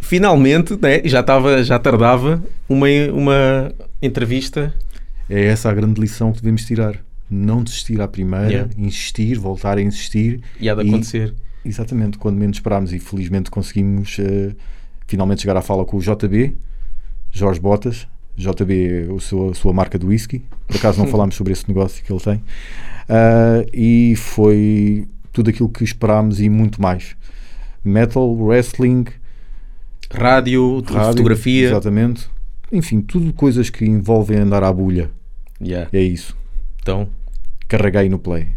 finalmente, né, já tardava uma entrevista. É essa a grande lição que devemos tirar. Não desistir à primeira, insistir, voltar a insistir. E há de acontecer. Exatamente, quando menos esperámos, e felizmente conseguimos finalmente chegar à fala com o JB, Jorge Botas. JB é a sua marca de whisky. Por acaso não falámos sobre esse negócio que ele tem. E foi tudo aquilo que esperámos e muito mais. Metal, wrestling, rádio, fotografia. Exatamente. Enfim, tudo coisas que envolvem andar à bulha. É isso. Então, carreguei no play.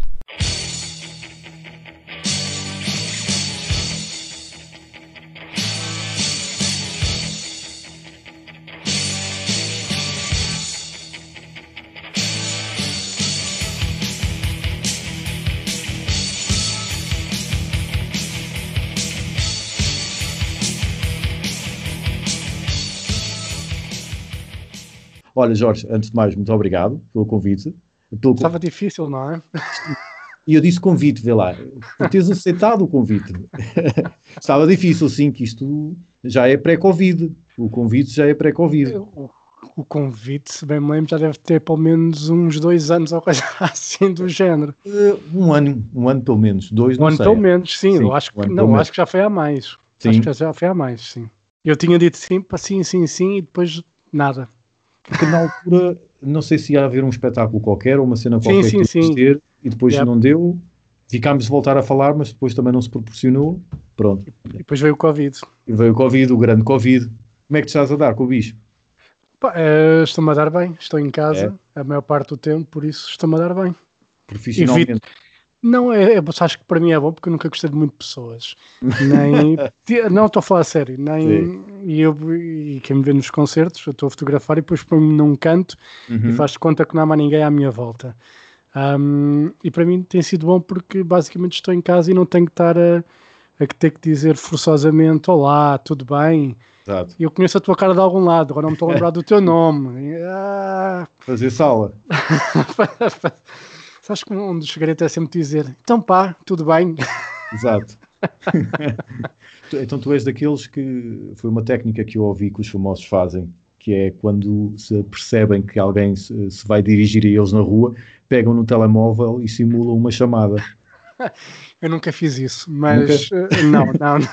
Olha, Jorge, antes de mais, muito obrigado pelo convite. Estava difícil, não é? E eu disse convite, vê lá, por teres aceitado o convite. Estava difícil, sim, que isto já é pré-Covid. O convite já é pré-Covid. O convite, se bem me lembro, já deve ter pelo menos uns 2 anos ou coisa assim do género. Um ano pelo menos, 2 não sei. Pelo menos, sim. Eu acho que já foi a mais. Sim. Acho que já foi a mais, sim. Eu tinha dito sim, e depois nada. Porque na altura, não sei se ia haver um espetáculo qualquer ou uma cena qualquer sim. ter, e depois não deu, ficámos de voltar a falar, mas depois também não se proporcionou, pronto. E depois veio o Covid. E veio o Covid, o grande Covid. Como é que te estás a dar com o bicho? Estou-me a dar bem, estou em casa a maior parte do tempo, por isso estou-me a dar bem. Profissionalmente? Não, acho que para mim é bom porque eu nunca gostei de muito pessoas. Não, estou a falar a sério. E quem me vê nos concertos, eu estou a fotografar e depois ponho-me num canto e faz de conta que não há mais ninguém à minha volta. E para mim tem sido bom porque basicamente estou em casa e não tenho que estar a ter que dizer forçosamente olá, tudo bem? Exato. Eu conheço a tua cara de algum lado, agora não me estou a lembrar do teu nome. Fazer sala. Sabes que onde chegarei até sempre dizer então pá, tudo bem. Exato. Então tu és daqueles que foi uma técnica que eu ouvi que os famosos fazem, que é quando se percebem que alguém se vai dirigir a eles na rua, pegam no telemóvel e simulam uma chamada. Eu nunca fiz isso, mas não.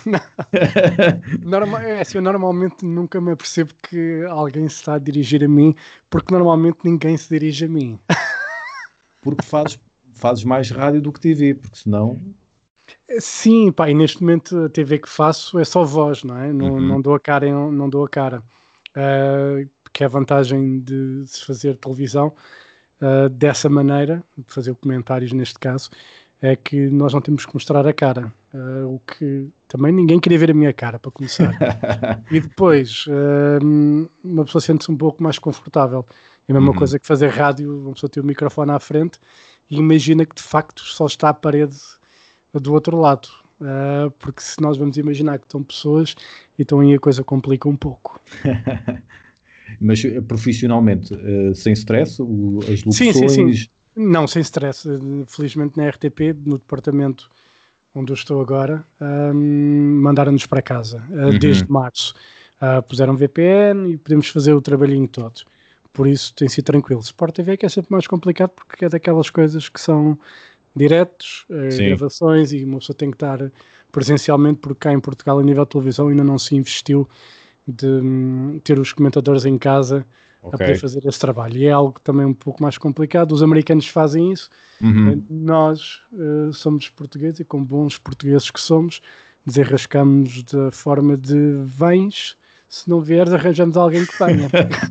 Eu normalmente nunca me apercebo que alguém se está a dirigir a mim, porque normalmente ninguém se dirige a mim. Porque fazes mais rádio do que TV, porque senão... Sim, pá, e neste momento a TV que faço é só voz, não é? Não dou a cara, que é a vantagem de se fazer televisão dessa maneira, de fazer comentários neste caso, é que nós não temos que mostrar a cara, o que também ninguém queria ver a minha cara, para começar. E depois, uma pessoa sente-se um pouco mais confortável. É a mesma coisa que fazer rádio, uma pessoa ter o microfone à frente e imagina que de facto só está a parede do outro lado. Porque se nós vamos imaginar que estão pessoas, então aí a coisa complica um pouco. Mas profissionalmente, sem stress, as locuções... Sim. Não, sem stress. Felizmente na RTP, no departamento onde eu estou agora, mandaram-nos para casa desde março. Puseram VPN e podemos fazer o trabalhinho todo. Por isso tem sido tranquilo. Sport TV é sempre mais complicado porque é daquelas coisas que são diretos, gravações, e uma pessoa tem que estar presencialmente, porque cá em Portugal, a nível de televisão, ainda não se investiu de ter os comentadores em casa a poder fazer esse trabalho. E é algo também um pouco mais complicado. Os americanos fazem isso. Nós somos portugueses e, como bons portugueses que somos, desenrascamos da forma de vens, se não vieres arranjamos alguém que venha.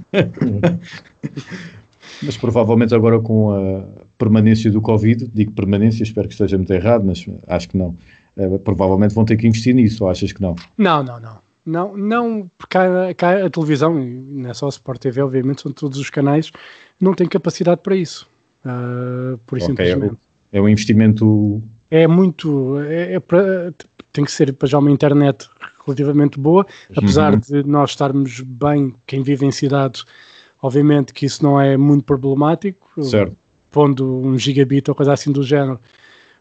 Mas provavelmente agora com a permanência do Covid, digo permanência, espero que esteja muito errado, mas acho que não. Provavelmente vão ter que investir nisso, ou achas que não? Não, porque cá a televisão, e não é só a Sport TV, obviamente, são todos os canais, não têm capacidade para isso. Por simplesmente. É um investimento... Tem que ser para já uma internet relativamente boa, apesar de nós estarmos bem, quem vive em cidades, obviamente que isso não é muito problemático, certo. Pondo 1 gigabit ou coisa assim do género,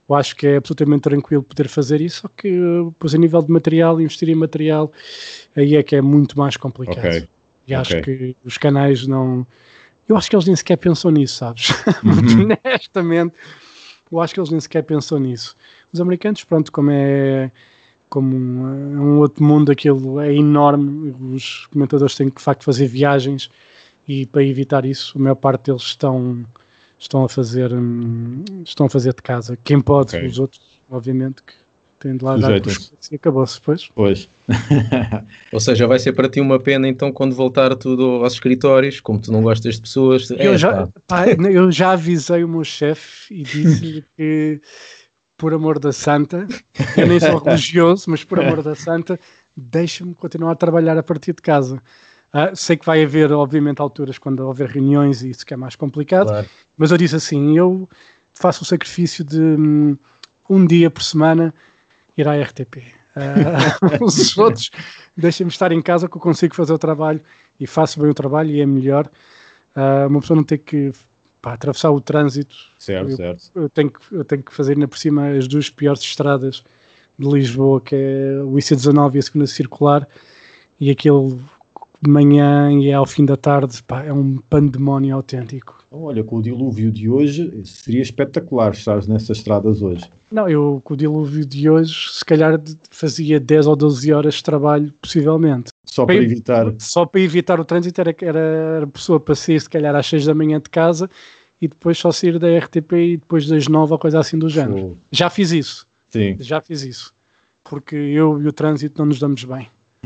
eu acho que é absolutamente tranquilo poder fazer isso, só que depois a nível de material, investir em material, aí é que é muito mais complicado. Ok. E acho que os canais não... Eu acho que eles nem sequer pensam nisso, sabes? Honestamente, eu acho que eles nem sequer pensam nisso. Os americanos, pronto, como é um outro mundo, aquilo é enorme, os comentadores têm que de facto fazer viagens e para evitar isso, a maior parte deles estão a fazer de casa. Quem pode, os outros, obviamente, que têm de lá dar e acabou-se depois. Pois. Ou seja, vai ser para ti uma pena então quando voltar tudo aos escritórios, como tu não gostas de pessoas. Eu já avisei o meu chefe e disse-lhe que, por amor da santa, eu nem sou religioso, mas por amor da santa, deixa-me continuar a trabalhar a partir de casa. Sei que vai haver, obviamente, alturas quando houver reuniões e isso que é mais complicado, claro. Mas eu disse assim, eu faço o sacrifício de um dia por semana ir à RTP. Os outros deixem-me estar em casa que eu consigo fazer o trabalho e faço bem o trabalho e é melhor. Uma pessoa não tem que atravessar o trânsito. Certo. Eu tenho que fazer ainda por cima as duas piores estradas de Lisboa, que é o IC19 e a segunda circular, e aquele de manhã e ao fim da tarde, é um pandemónio autêntico. Olha, com o dilúvio de hoje seria espetacular estar nessas estradas hoje. Não, eu com o dilúvio de hoje se calhar fazia 10 ou 12 horas de trabalho, possivelmente. Só para evitar o trânsito era a pessoa para sair se calhar às 6 da manhã de casa e depois só sair da RTP e depois das 9 ou coisa assim do género. Já fiz isso. Sim. Já fiz isso. Porque eu e o trânsito não nos damos bem.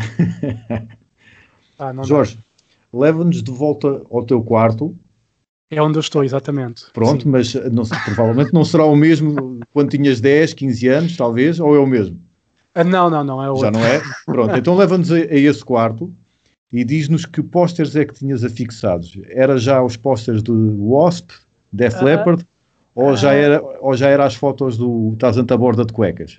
Jorge, leva-nos de volta ao teu quarto. É onde eu estou, exatamente. Pronto, sim. Mas provavelmente não será o mesmo quando tinhas 10, 15 anos, talvez, ou é o mesmo? Não, é outro. Já não é? Pronto, então leva-nos a esse quarto e diz-nos que pósteres é que tinhas afixados. Era já os pósteres do Wasp, Def Leppard, ou já era as fotos do Tarzan à borda de cuecas?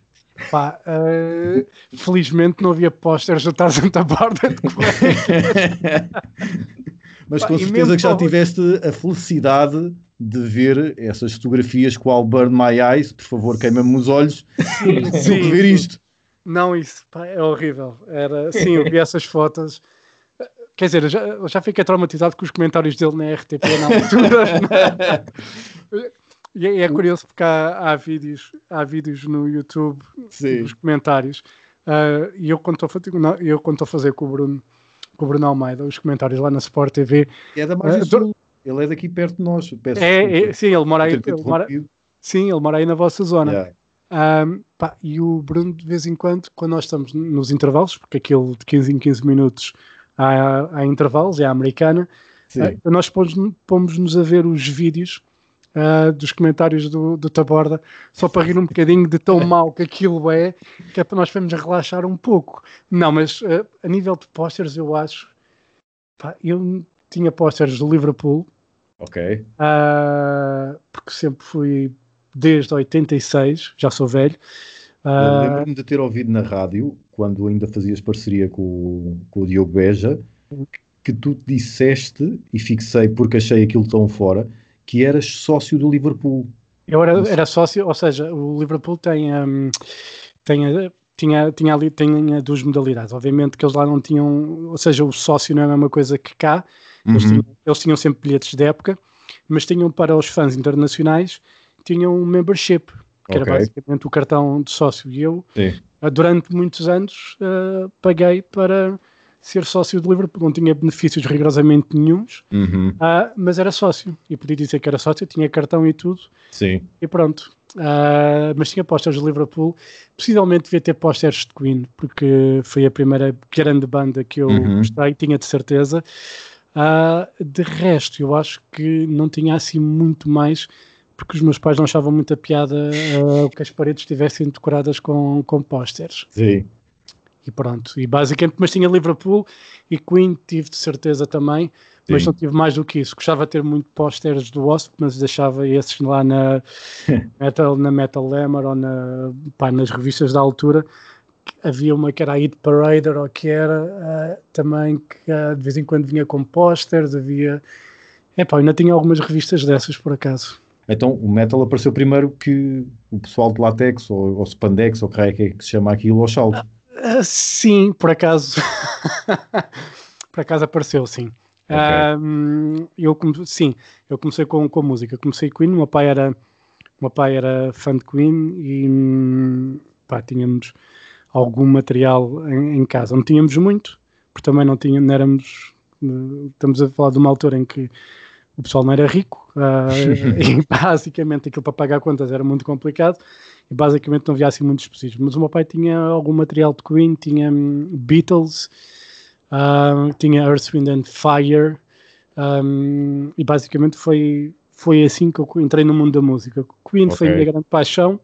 Felizmente não havia pósteres do Tarzan à borda de cuecas. Mas com certeza que já tiveste a felicidade de ver essas fotografias com o I'll Burn My Eyes, por favor, queima-me os olhos, sim, ver isto. Não, isso é horrível. Sim, eu vi essas fotos. Quer dizer, eu já fiquei traumatizado com os comentários dele na RTP na altura. E é curioso porque há vídeos no YouTube dos comentários. E eu quando estou a fazer com o Bruno Almeida, os comentários lá na Sport TV. É da Margem Sul. Ele é daqui perto de nós. Sim, ele mora aí. Ele mora aí na vossa zona. Yeah. E o Bruno, de vez em quando nós estamos nos intervalos, porque aquilo de 15 em 15 minutos há intervalos, é a americana, nós pomos-nos a ver os vídeos dos comentários do Taborda, só para rir um bocadinho de tão mau que aquilo que é para nós podermos relaxar um pouco. Não, mas a nível de pósteres, eu acho, eu tinha pósteres do Liverpool, porque sempre fui desde 86, já sou velho. Lembro-me de ter ouvido na rádio, quando ainda fazias parceria com o Diogo Beja, que tu disseste, e fixei porque achei aquilo tão fora, que eras sócio do Liverpool. Eu era sócio, ou seja, o Liverpool tinha duas modalidades. Obviamente que eles lá não tinham, ou seja, o sócio não é a mesma coisa que cá. Eles tinham sempre bilhetes de época, mas tinham para os fãs internacionais, tinham um membership, que era basicamente o cartão de sócio. E eu, durante muitos anos, paguei para ser sócio do Liverpool. Não tinha benefícios rigorosamente nenhuns, mas era sócio. E podia dizer que era sócio, tinha cartão e tudo. Sim. E pronto. Mas tinha pósteres do Liverpool. Possivelmente devia ter pósteres de Queen, porque foi a primeira grande banda que eu gostei, tinha de certeza. De resto, eu acho que não tinha assim muito mais, porque os meus pais não achavam muita piada que as paredes estivessem decoradas com pósteres. Sim. E pronto, e basicamente, mas tinha Liverpool e Queen tive de certeza também, mas não tive mais do que isso. Gostava de ter muito pósteres do Wasp, mas deixava esses lá na Metal Hammer ou nas revistas da altura. Havia uma que era a Hit Parader, ou que era também, que de vez em quando vinha com pósteres, ainda tinha algumas revistas dessas por acaso. Então o metal apareceu primeiro que o pessoal de látex ou spandex ou que é que se chama aquilo aos saltos. Sim, por acaso. Por acaso apareceu, sim. Ok. Eu comecei com a música. Comecei Queen, o meu pai era fã de Queen e tínhamos algum material em casa. Não tínhamos muito, porque também não éramos... Estamos a falar de uma altura em que o pessoal não era rico e basicamente aquilo para pagar contas era muito complicado e basicamente não havia assim muitos dispositivos. Mas o meu pai tinha algum material de Queen, tinha Beatles, tinha Earth, Wind and Fire, e basicamente foi assim que eu entrei no mundo da música. Queen foi a minha grande paixão.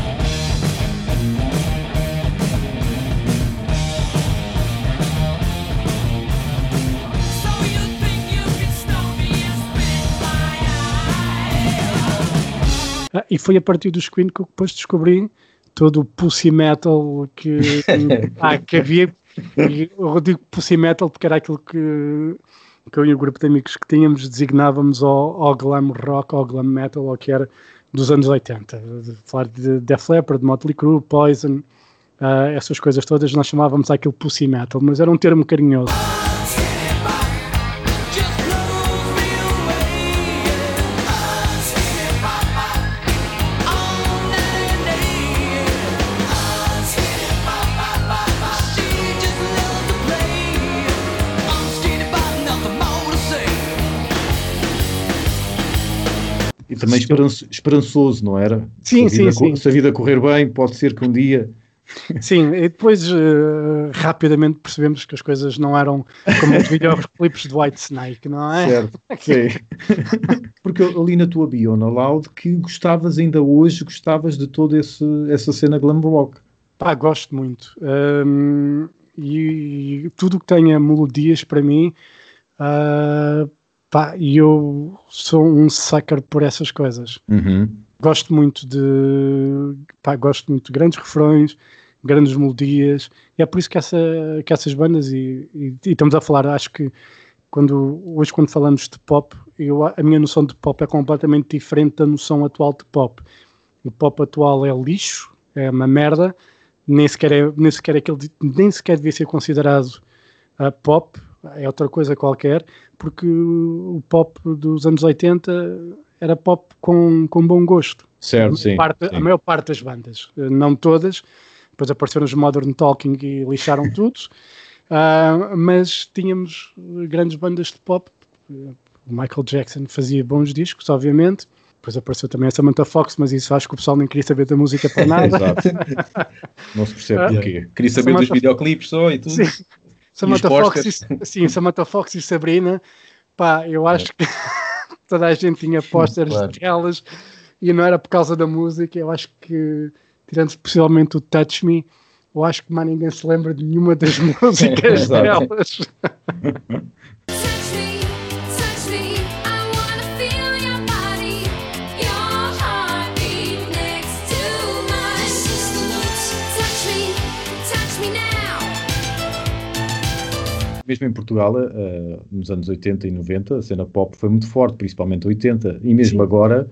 E foi a partir dos Queen que eu depois descobri todo o pussy metal que havia. E eu digo pussy metal porque era aquilo que eu e o grupo de amigos que tínhamos designávamos ao glam rock, ao glam metal, ao que era dos anos 80. Falar de Def Leppard, de Motley Crue, Poison, essas coisas todas, nós chamávamos aquilo pussy metal, mas era um termo carinhoso. E também esperançoso, não era? Sim. Se a vida correr bem, pode ser que um dia... Sim, e depois rapidamente percebemos que as coisas não eram como os videoclipes de Whitesnake, não é? Certo, sim. Porque eu li na tua bio na Loud que gostavas de toda essa cena glam rock. Gosto muito. E tudo que tenha melodias para mim... e eu sou um sucker por essas coisas. Gosto muito de grandes refrões, grandes melodias, e é por isso que essas bandas, e estamos a falar, acho que hoje quando falamos de pop, a minha noção de pop é completamente diferente da noção atual de pop. O pop atual é lixo, é uma merda, nem sequer devia ser considerado pop, é outra coisa qualquer, porque o pop dos anos 80 era pop com bom gosto. Certo, sim. A maior parte das bandas, não todas, depois apareceram os Modern Talking e lixaram tudo, mas tínhamos grandes bandas de pop. O Michael Jackson fazia bons discos, obviamente, depois apareceu também a Samantha Fox, mas isso acho que o pessoal nem queria saber da música para nada. Exato. Não se percebe porquê. Queria saber dos videoclipes só e tudo. Sim. Samantha Fox e Sabrina, eu acho que toda a gente tinha pósteres delas e não era por causa da música. Eu acho que, tirando possivelmente o Touch Me, eu acho que mais ninguém se lembra de nenhuma das músicas delas. Mesmo em Portugal, nos anos 80 e 90, a cena pop foi muito forte, principalmente 80, e mesmo agora,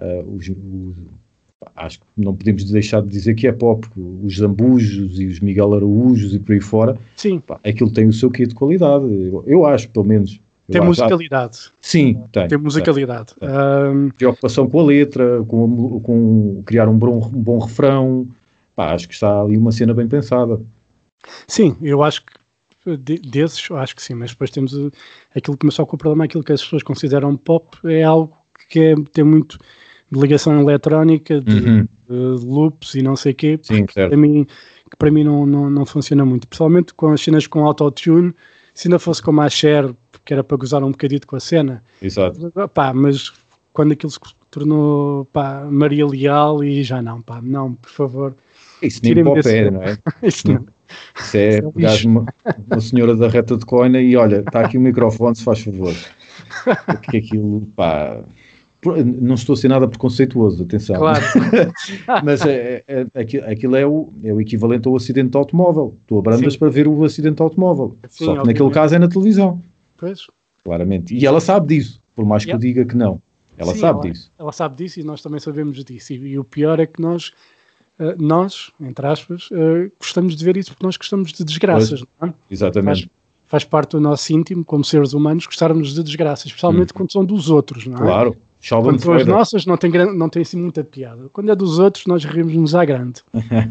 acho que não podemos deixar de dizer que é pop, porque os Zambujos e os Miguel Araújos e por aí fora, aquilo tem o seu quê de qualidade, eu acho, pelo menos. Tem musicalidade. Sim, tem musicalidade. Preocupação com a letra, com criar um bom refrão, acho que está ali uma cena bem pensada. Sim, eu acho que desses, acho que sim, mas depois temos aquilo que começou com o problema, aquilo que as pessoas consideram pop, é algo que tem muito de ligação eletrónica, de loops e não sei o quê, sim, que para mim não funciona muito, principalmente com as cenas com autotune. Se ainda fosse como a Cher, que era para gozar um bocadito com a cena. Exato. Mas quando aquilo se tornou Maria Leal e já não, por favor. Isso nem pop é, não é? Isso não. Isso é pegar uma senhora da reta de coina e olha, está aqui o microfone, se faz favor. Porque aquilo, não estou a ser nada preconceituoso, atenção. Claro. Mas aquilo é o equivalente ao acidente de automóvel. Tu abrandas para ver o acidente de automóvel. Sim, só que naquele caso é na televisão. Pois. Claramente. E ela sabe disso, por mais que eu diga que não. Ela Sim, sabe disso. Ela sabe disso e nós também sabemos disso. E o pior é que nós, entre aspas, gostamos de ver isso porque nós gostamos de desgraças. Não é? Exatamente. Faz parte do nosso íntimo, como seres humanos, gostarmos de desgraças, especialmente quando são dos outros, não é? Claro. Quando são as nossas, não tem assim muita piada. Quando é dos outros, nós rimos-nos à grande.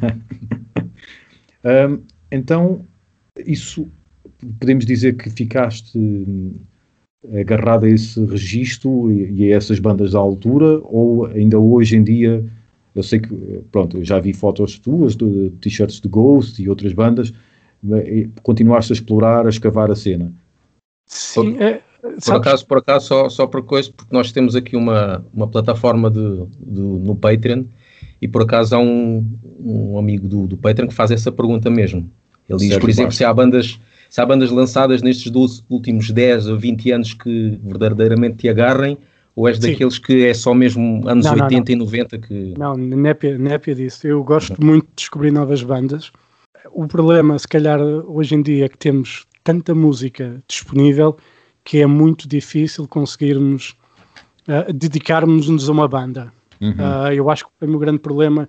Então, isso podemos dizer que ficaste agarrado a esse registro e a essas bandas da altura, ou ainda hoje em dia, eu sei que, pronto, eu já vi fotos tuas de t-shirts de Ghost e outras bandas, continuaste a explorar, a escavar a cena? Sim, por acaso só por coisa, porque nós temos aqui uma plataforma no Patreon, e por acaso há um amigo do Patreon que faz essa pergunta mesmo. Ele diz, por exemplo, se há bandas lançadas nestes últimos 10 ou 20 anos que verdadeiramente te agarrem, ou és daqueles que é só mesmo anos 80 e 90 que... Não, népia disso. Eu gosto muito de descobrir novas bandas. O problema, se calhar, hoje em dia é que temos tanta música disponível que é muito difícil conseguirmos dedicarmos-nos a uma banda. Eu acho que o grande problema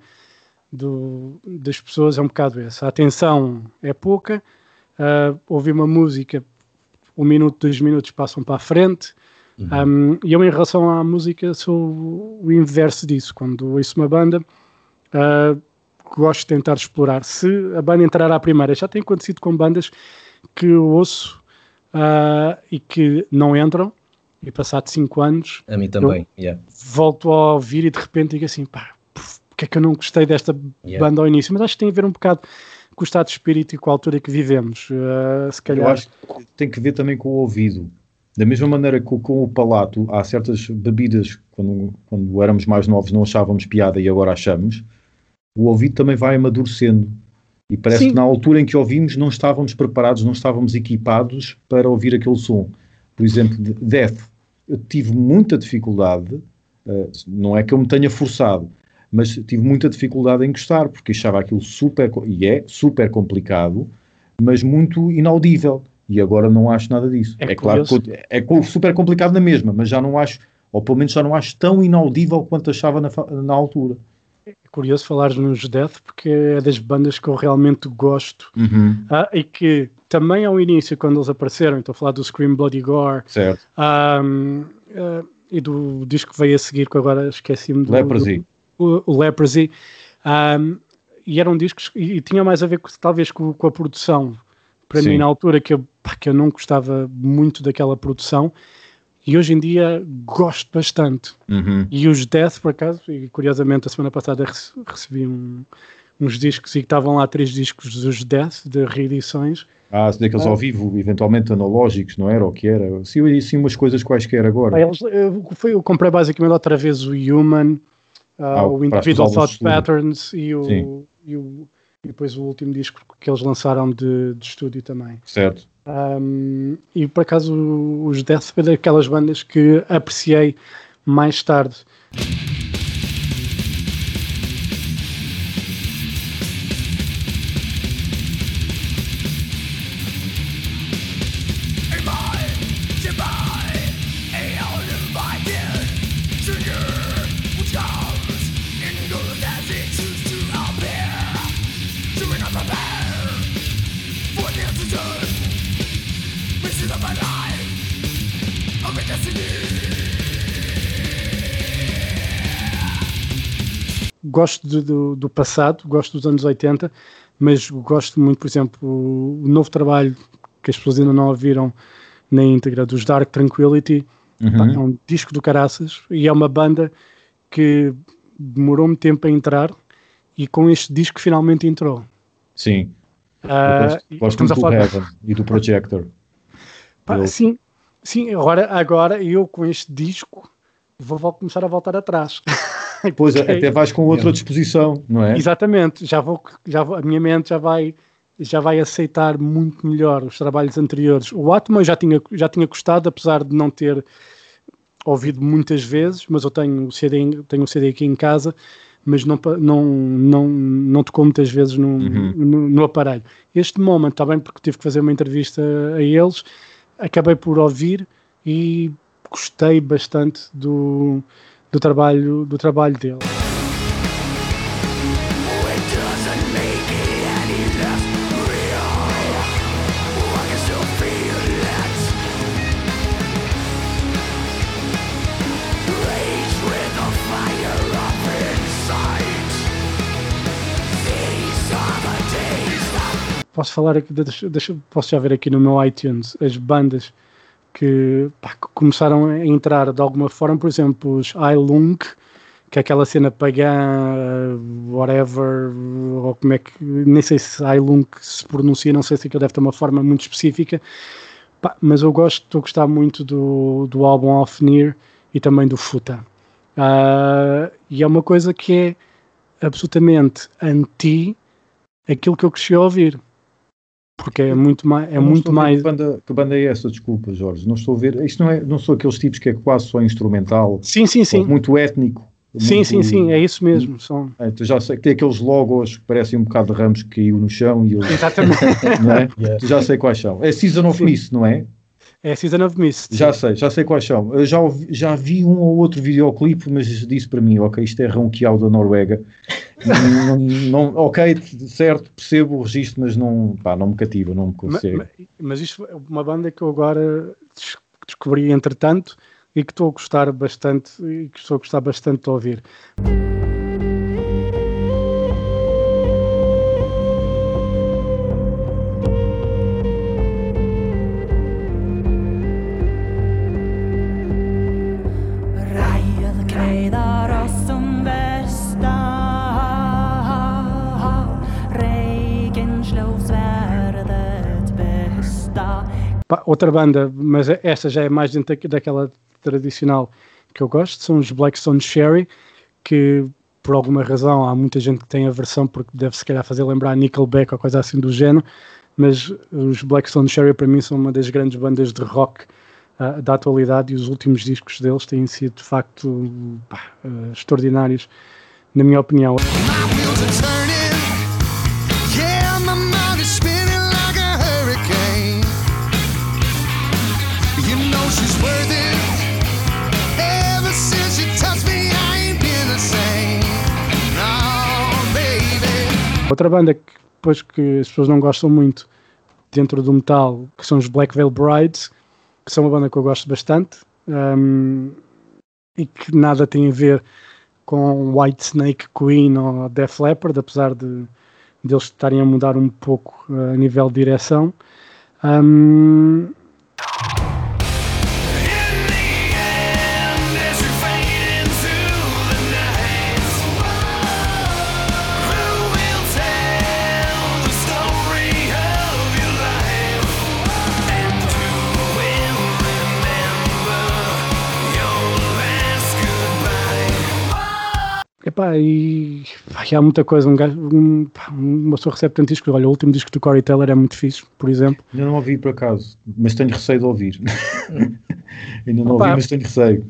das pessoas é um bocado esse. A atenção é pouca, ouvir uma música, 1 minuto, 2 minutos passam para a frente. E eu, em relação à música, sou o inverso disso. Quando ouço uma banda, gosto de tentar explorar. Se a banda entrar à primeira, já tem acontecido com bandas que eu ouço e que não entram, e passado 5 anos, a mim também, volto a ouvir e de repente digo assim, porque é que eu não gostei desta banda ao início? Mas acho que tem a ver um bocado com o estado de espírito e com a altura que vivemos. Se calhar... Eu acho que tem que ver também com o ouvido. Da mesma maneira que com o palato, há certas bebidas, quando éramos mais novos não achávamos piada e agora achamos, o ouvido também vai amadurecendo. E parece que na altura em que ouvimos não estávamos preparados, não estávamos equipados para ouvir aquele som. Por exemplo, Death. Eu tive muita dificuldade, não é que eu me tenha forçado, mas tive muita dificuldade em gostar, porque achava aquilo super complicado, mas muito inaudível. E agora não acho nada disso. É claro que é super complicado na mesma, mas já não acho, ou pelo menos já não acho tão inaudível quanto achava na altura. É curioso falar nos Death, porque é das bandas que eu realmente gosto. E que também ao início, quando eles apareceram, estou a falar do Scream Bloody Gore, certo. E do disco que veio a seguir, que agora esqueci-me do Leprosy. O Leprosy, e eram discos, e tinha mais a ver talvez com a produção. Para mim, na altura, que eu não gostava muito daquela produção, e hoje em dia gosto bastante. E os Death, por acaso, e curiosamente a semana passada recebi uns discos, e estavam lá 3 discos dos Death, de reedições. Daqueles ao vivo, eventualmente analógicos, não era o que era? Sim, umas coisas quaisquer agora. Eu comprei basicamente outra vez o Human, o Individual Thought Patterns e depois o último disco que eles lançaram de estúdio também. Certo. E por acaso os Death foi daquelas bandas que apreciei mais tarde. Gosto do passado, gosto dos anos 80, mas gosto muito, por exemplo, o novo trabalho que as pessoas ainda não ouviram na íntegra, dos Dark Tranquillity. É um disco do caraças e é uma banda que demorou-me tempo a entrar e com este disco finalmente entrou. Sim. Gosto muito do Heaven e do Projector. Sim, agora eu com este disco vou começar a voltar atrás. Pois, até vais com outra disposição, não é? Exatamente, a minha mente já vai aceitar muito melhor os trabalhos anteriores. O Atma já tinha gostado, apesar de não ter ouvido muitas vezes, mas eu tenho o CD aqui em casa, mas não tocou muitas vezes no aparelho. Este Moment, está bem, porque tive que fazer uma entrevista a eles, acabei por ouvir e gostei bastante do trabalho dele. Posso falar aqui, posso já ver aqui no meu iTunes as bandas que começaram a entrar de alguma forma, por exemplo, os Ailung, que é aquela cena pagã, whatever, ou como é que, nem sei se Ailung se pronuncia, não sei se aquilo deve ter uma forma muito específica, mas estou a gostar muito do álbum Ofnir e também do Futa. E é uma coisa que é absolutamente anti aquilo que eu cresci a ouvir. Porque é muito mais. Que banda é essa? Desculpa, Jorge. Não estou a ver. Isto não são aqueles tipos que é quase só instrumental. Sim. Muito étnico. Sim, é isso mesmo. Tu já sei que tem aqueles logos que parecem um bocado de ramos que caiu no chão. Exatamente. Não é? Yeah. Tu já sei quais são. É Season of Mist, não é? É Season of Mist. Já sei quais são. Eu já vi um ou outro videoclipe, mas disse para mim, ok, isto é Ronquial da Noruega. Ok, certo, percebo o registro, mas não me cativa, não me consegue. Mas isto é uma banda que eu agora descobri entretanto e que estou a gostar bastante de ouvir. Outra banda, mas esta já é mais dentro daquela tradicional que eu gosto, são os Blackstone Cherry, que por alguma razão há muita gente que tem aversão porque deve se calhar fazer lembrar Nickelback ou coisa assim do género, mas os Blackstone Cherry para mim são uma das grandes bandas de rock da atualidade e os últimos discos deles têm sido de facto extraordinários, na minha opinião. Outra banda que as pessoas não gostam muito dentro do metal, que são os Black Veil Brides, que são uma banda que eu gosto bastante e que nada tem a ver com Whitesnake, Queen ou Def Leppard, apesar de eles estarem a mudar um pouco a nível de direção. E há muita coisa, uma pessoa recebe tanto disco. Olha, o último disco do Corey Taylor é muito fixe, por exemplo. Ainda não ouvi por acaso, mas tenho receio de ouvir. Ainda não ouvi, mas tenho receio.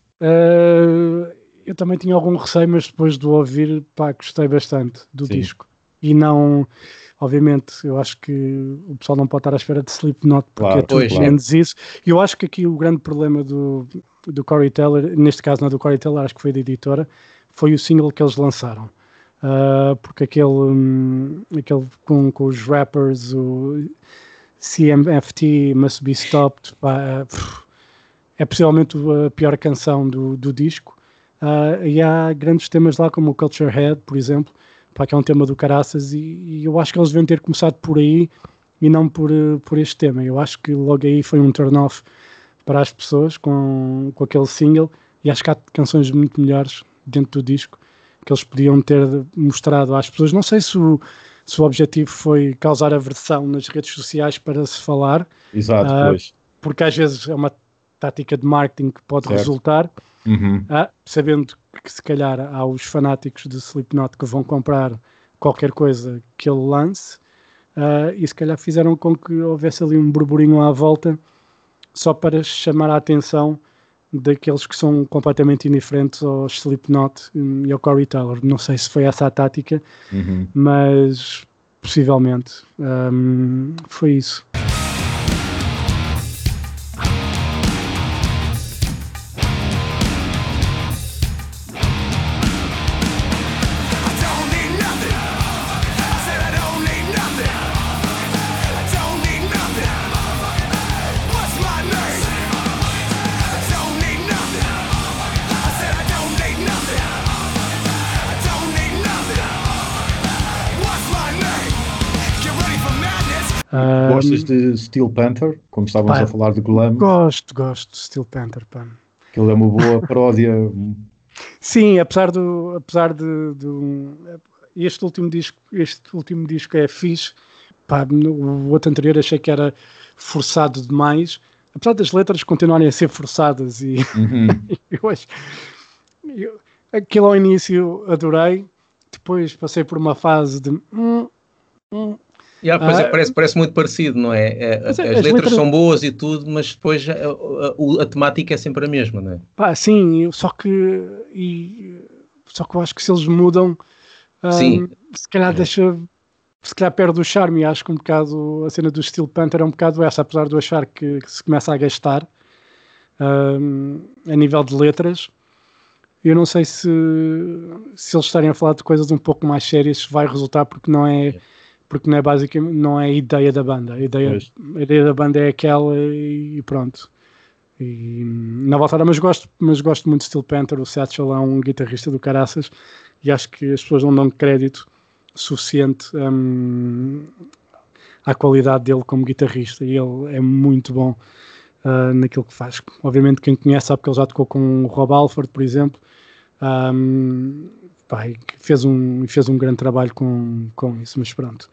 Eu também tinha algum receio, mas depois de ouvir, gostei bastante do disco. E não, obviamente, eu acho que o pessoal não pode estar à espera de Slipknot, porque é tudo menos isso. E eu acho que aqui o grande problema do Corey Taylor, neste caso não é do Corey Taylor, acho que foi da editora, foi o single que eles lançaram, porque aquele com os rappers, o CMFT Must Be Stopped, é possivelmente a pior canção do disco, e há grandes temas lá como o Culture Head, por exemplo, que é um tema do caraças, e eu acho que eles deviam ter começado por aí e não por este tema. Eu acho que logo aí foi um turn-off para as pessoas com aquele single, e acho que há canções muito melhores dentro do disco que eles podiam ter mostrado às pessoas. Não sei se o objetivo foi causar aversão nas redes sociais para se falar. Exato, porque às vezes é uma tática de marketing que pode resultar, sabendo que se calhar há os fanáticos de Slipknot que vão comprar qualquer coisa que ele lance, e se calhar fizeram com que houvesse ali um burburinho à volta só para chamar a atenção daqueles que são completamente indiferentes aos Slipknot e ao Corey Taylor. Não sei se foi essa a tática, mas possivelmente foi isso. Gostas de Steel Panther, como estávamos a falar de Gollum? Gosto de Steel Panther, pá. Que ele é uma boa paródia. Sim, apesar de este último disco é fixe, pá, o outro anterior achei que era forçado demais, apesar das letras continuarem a ser forçadas e eu acho aquilo ao início adorei, depois passei por uma fase de parece muito parecido, não é? As letras são boas e tudo, mas depois a temática é sempre a mesma, não é? Pá, sim, só que eu acho que se eles mudam, se calhar perde o charme. E acho que um bocado a cena do Steel Panther é um bocado essa, apesar de eu achar que se começa a gastar a nível de letras. Eu não sei se eles estarem a falar de coisas um pouco mais sérias vai resultar, porque não é basicamente, não é a ideia da banda. A ideia da banda é aquela e pronto. E na voltada, mas gosto muito de Steel Panther. O Satchel é um guitarrista do caraças e acho que as pessoas não dão crédito suficiente à qualidade dele como guitarrista, e ele é muito bom naquilo que faz. Obviamente quem conhece sabe que ele já tocou com o Rob Halford, por exemplo, e fez um grande trabalho com isso, mas pronto.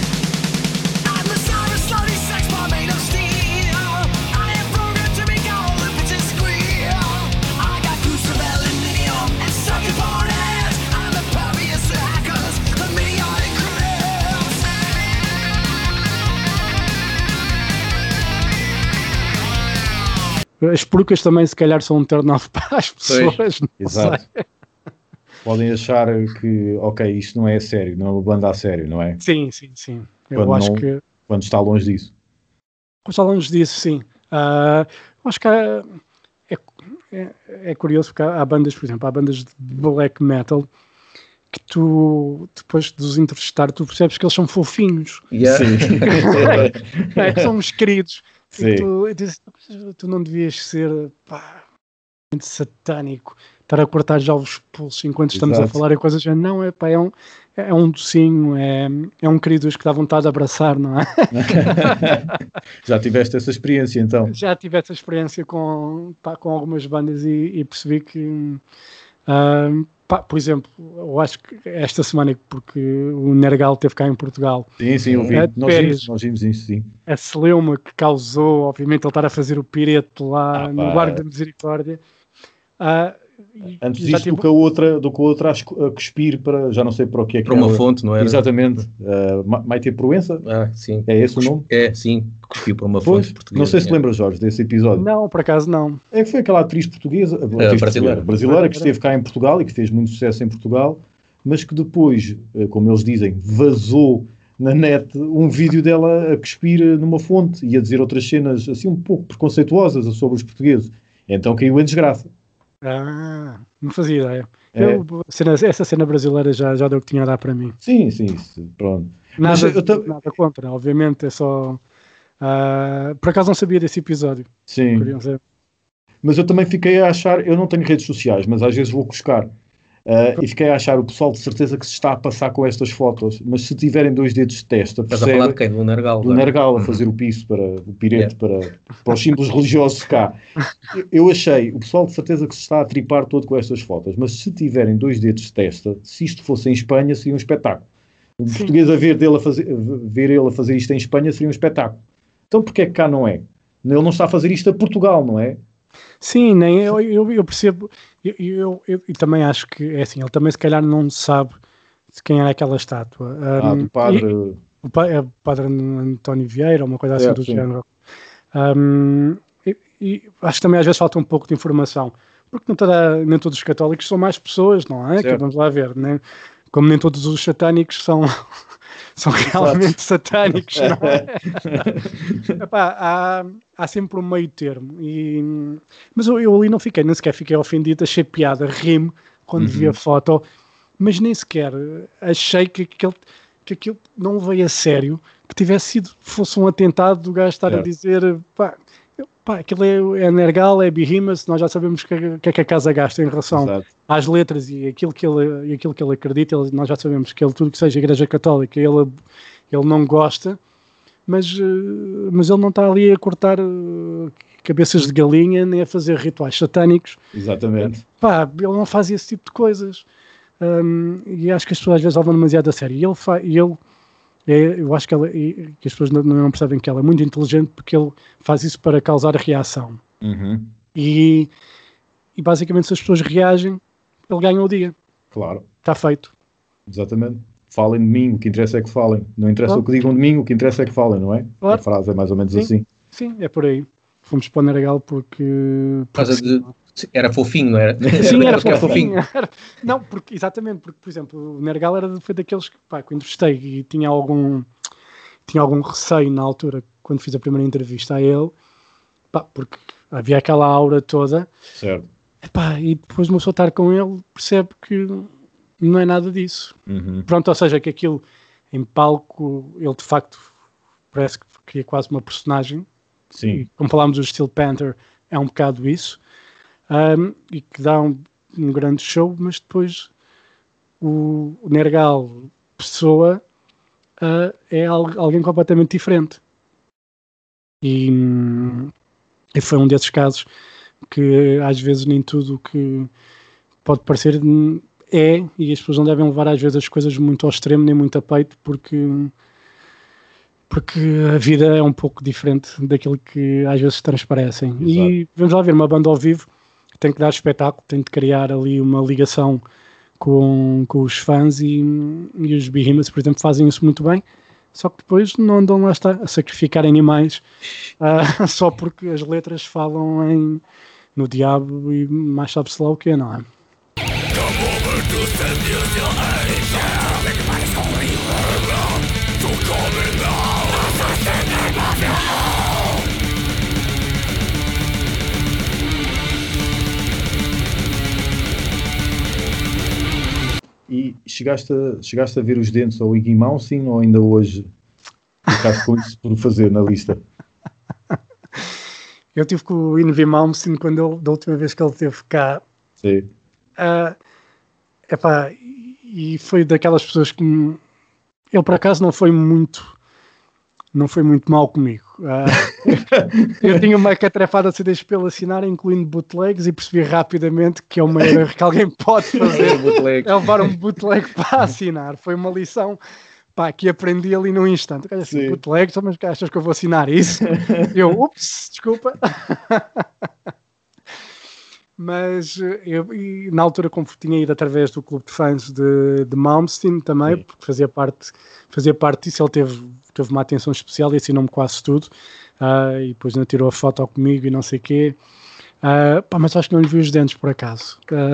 As perucas também se calhar são um turn-off para as pessoas. Exato. Podem achar que, ok, isto não é sério, não é uma banda a sério, não é? Sim. Quando está longe disso. Quando está longe disso, sim. Acho que é curioso, porque há bandas, por exemplo, de black metal que tu, depois de os entrevistar, tu percebes que eles são fofinhos. Sim. Que são uns queridos. Sim. Tu não devias ser muito satânico, estar a cortar já os pulsos enquanto estamos a falar em coisas. Não, é um docinho, é um querido que dá vontade de abraçar, não é? Já tiveste essa experiência, então? Já tive essa experiência com algumas bandas e percebi que, por exemplo, eu acho que esta semana, porque o Nergal esteve cá em Portugal. Sim, eu vi. Nós vimos isso, sim. A celeuma que causou, obviamente, ele estar a fazer o pirete lá no Largo da Misericórdia. Antes disto, do que a outra a cuspir para, já não sei para o que é que para uma fonte, não era? Exatamente. Maite Proença? Sim. É esse o nome? É, sim. Cuspiu para uma fonte portuguesa. Não sei se lembra, Jorge, desse episódio. Não, por acaso não. É que foi aquela atriz portuguesa, brasileira que esteve cá em Portugal e que fez muito sucesso em Portugal, mas que depois, como eles dizem, vazou na net um vídeo dela a cuspir numa fonte e a dizer outras cenas assim um pouco preconceituosas sobre os portugueses. Então caiu em desgraça. Não fazia ideia. Essa cena brasileira já deu o que tinha a dar para mim. Sim, pronto. Nada contra, obviamente, é só... por acaso não sabia desse episódio. Sim. Mas eu também fiquei a achar... Eu não tenho redes sociais, mas às vezes vou buscar. E fiquei a achar o pessoal de certeza que se está a passar com estas fotos, mas se tiverem 2 dedos de testa, estás a falar de quem? Do Nergal? Do Nergal, a fazer o piso para o pirete, para os símbolos religiosos cá. Eu achei, o pessoal de certeza que se está a tripar todo com estas fotos, mas se tiverem 2 dedos de testa, se isto fosse em Espanha, seria um espetáculo. O português a ver ele a fazer isto em Espanha seria um espetáculo. Então porquê é que cá não é? Ele não está a fazer isto a Portugal, não é? Sim, nem eu percebo. Eu também acho que é assim, ele também se calhar não sabe de quem era aquela estátua. Do padre... O padre António Vieira, uma coisa assim do género. E acho que também às vezes falta um pouco de informação, porque nem todos os católicos são mais pessoas, não é? Que vamos lá ver, né? Como nem todos os satânicos são realmente satânicos, não é? Há sempre um meio termo. Mas eu ali não fiquei, nem sequer fiquei ofendido, achei piada, ri-me quando vi a foto, mas nem sequer achei que aquilo não veio a sério, que fosse um atentado do gajo estar a dizer, aquilo é Nergal, é Behemoth, nós já sabemos o que é que a casa gasta em relação às letras e aquilo que ele acredita, nós já sabemos que ele, tudo que seja Igreja Católica, ele não gosta, mas ele não está ali a cortar cabeças de galinha nem a fazer rituais satânicos. Exatamente. Pá, ele não faz esse tipo de coisas. E acho que as pessoas às vezes levam demasiado a sério. Eu acho que as pessoas não percebem que ele é muito inteligente, porque ele faz isso para causar reação. Uhum. E basicamente, se as pessoas reagem, ele ganha o dia. Claro. Está feito. Exatamente. Falem de mim, o que interessa é que falem. Não interessa o que digam de mim, o que interessa é que falem, não é? Claro. A frase é mais ou menos assim. Sim, é por aí. Fomos para o Nergal porque era fofinho, não era? Sim, era fofinho. Não, exatamente, porque, por exemplo, o Nergal foi daqueles que eu entrevistei e tinha algum receio na altura, quando fiz a primeira entrevista a ele, porque havia aquela aura toda. Certo. E depois uma pessoa estar com ele percebe que não é nada disso. Uhum. Pronto, ou seja, que aquilo em palco, ele de facto parece que é quase uma personagem. Sim. E, como falámos do Steel Panther, é um bocado isso. E que dá um grande show, mas depois o Nergal, pessoa, é alguém completamente diferente. E foi um desses casos que às vezes nem tudo o que pode parecer e as pessoas não devem levar às vezes as coisas muito ao extremo, nem muito a peito, porque a vida é um pouco diferente daquilo que às vezes transparecem. Exato. E vamos lá ver, uma banda ao vivo tem que dar espetáculo, tem de criar ali uma ligação com os fãs, e os Behemoths, por exemplo, fazem isso muito bem, só que depois não andam lá a sacrificar animais só porque as letras falam no diabo e mais sabe-se lá o que, não é? E chegaste a ver os dentes ao Iggy Malmsteen, ou ainda hoje ficaste com isso por fazer na lista? Eu tive com o Yngwie Malmsteen da última vez que ele esteve cá. Sim. E foi daquelas pessoas que ele por acaso não foi muito mal comigo. Eu tinha uma catrefada de CDs pelo assinar, incluindo bootlegs, e percebi rapidamente que é o maior erro que alguém pode fazer é levar um bootleg para assinar. Foi uma lição que aprendi ali num instante. Assim, bootleg, mas achas que eu vou assinar isso? Eu, desculpa. Mas na altura, como tinha ido através do clube de fãs de Malmsteen também, sim, porque fazia parte disso, ele teve uma atenção especial e assinou-me quase tudo, e depois ainda tirou a foto comigo e não sei o quê, mas acho que não lhe vi os dentes por acaso.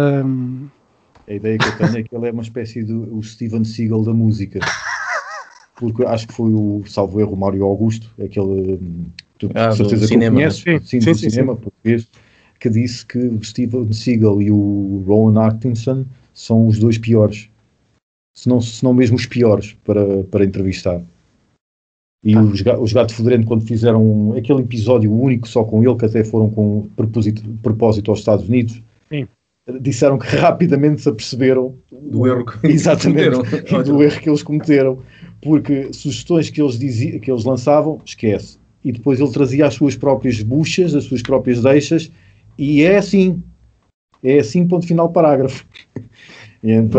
A ideia que eu tenho é que ele é uma espécie do Steven Seagal da música, porque acho que foi salvo erro, o Mário Augusto, aquele tu certeza que conheces, do cinema português, que disse que o Steven Seagal e o Rowan Atkinson são os dois piores, se não mesmo os piores para entrevistar. E os Gato Fedorento, quando fizeram aquele episódio único só com ele, que até foram com propósito aos Estados Unidos, sim, disseram que rapidamente se aperceberam do erro que exatamente, do erro que eles cometeram, porque sugestões que eles lançavam, esquece. E depois ele trazia as suas próprias buchas, as suas próprias deixas, e é assim, ponto final, parágrafo. E então...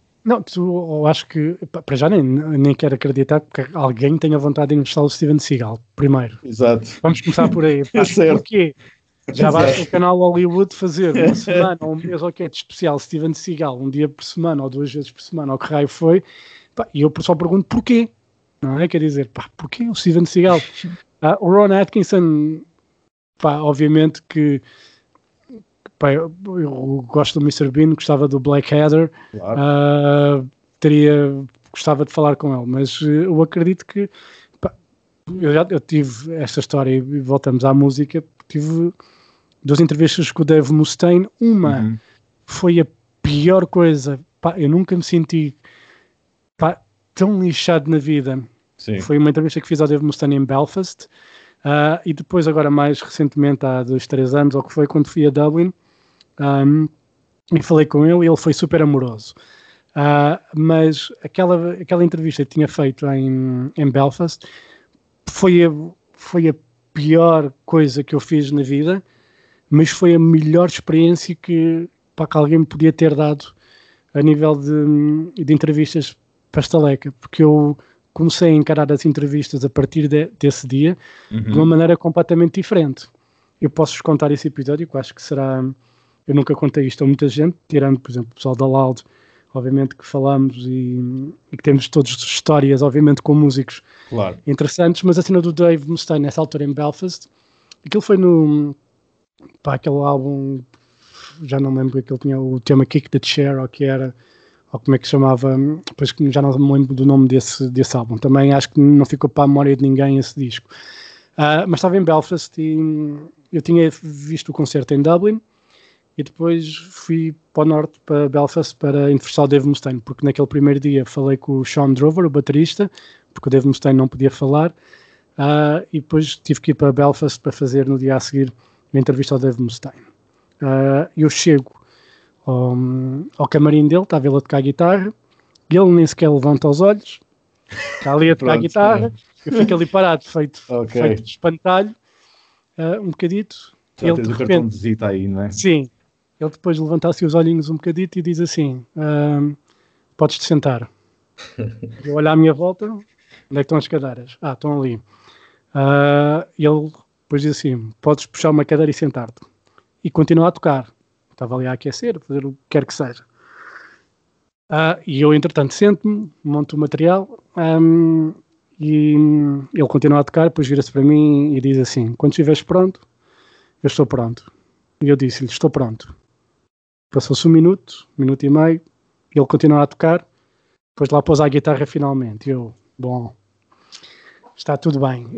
eu acho que, para já nem quero acreditar que alguém tenha vontade de entrevistar o Steven Seagal, primeiro. Exato. Vamos começar por aí. Porquê? Já basta o canal Hollywood fazer uma semana ou um mês de especial Steven Seagal, um dia por semana ou 2 vezes por semana, ou que raio foi, e eu só pergunto porquê. Não é? Quer dizer, porquê o Steven Seagal? O Ron Atkinson, obviamente que eu gosto do Mr. Bean, gostava do Blackadder, claro. Gostava de falar com ele, mas eu acredito que eu tive esta história, e voltamos à música, tive 2 entrevistas com o Dave Mustaine. Uma foi a pior coisa, eu nunca me senti tão lixado na vida. Sim. Foi uma entrevista que fiz ao Dave Mustaine em Belfast, e depois agora mais recentemente, há 2-3 anos, ou que foi, quando fui a Dublin, e falei com ele, e ele foi super amoroso, mas aquela entrevista que tinha feito em Belfast foi a pior coisa que eu fiz na vida, mas foi a melhor experiência que alguém me podia ter dado a nível de entrevistas para a Estaleca, porque eu comecei a encarar as entrevistas a partir desse dia de uma maneira completamente diferente. Eu posso-vos contar esse episódio, que eu acho que será... Eu nunca contei isto a muita gente, tirando, por exemplo, o pessoal da Loud, obviamente que falamos e que temos todas histórias, obviamente, com músicos interessantes, mas a cena do Dave Mustaine, nessa altura em Belfast, aquilo foi aquele álbum, já não me lembro que ele tinha o tema Kick the Chair, ou que era, ou como é que se chamava, depois já não me lembro do nome desse álbum. Também acho que não ficou para a memória de ninguém esse disco. Mas estava em Belfast e eu tinha visto o concerto em Dublin e depois fui para o norte, para Belfast, para entrevistar o Dave Mustaine, porque naquele primeiro dia falei com o Sean Drover, o baterista, porque o Dave Mustaine não podia falar, e depois tive que ir para Belfast para fazer no dia a seguir a entrevista ao Dave Mustaine. Eu chego ao camarim dele, estava ele a tocar a guitarra, e ele nem sequer levanta os olhos, está ali a tocar a guitarra, eu fico ali parado, feito de espantalho, um bocadito. Já tens o cartão de visita aí, não é? Sim. Ele depois levanta-se os olhinhos um bocadito e diz assim, podes-te sentar. Eu olho à minha volta, onde é que estão as cadeiras? Estão ali. E ele depois diz assim, podes puxar uma cadeira e sentar-te. E continua a tocar. Estava ali a aquecer, a fazer o que quer que seja. E eu, entretanto, sento-me, monto o material, e ele continua a tocar, depois vira-se para mim e diz assim, quando estiveres pronto, eu estou pronto. E eu disse-lhe, estou pronto. Passou-se um minuto e meio, ele continua a tocar, depois lá pôs a guitarra finalmente. Eu, bom, está tudo bem.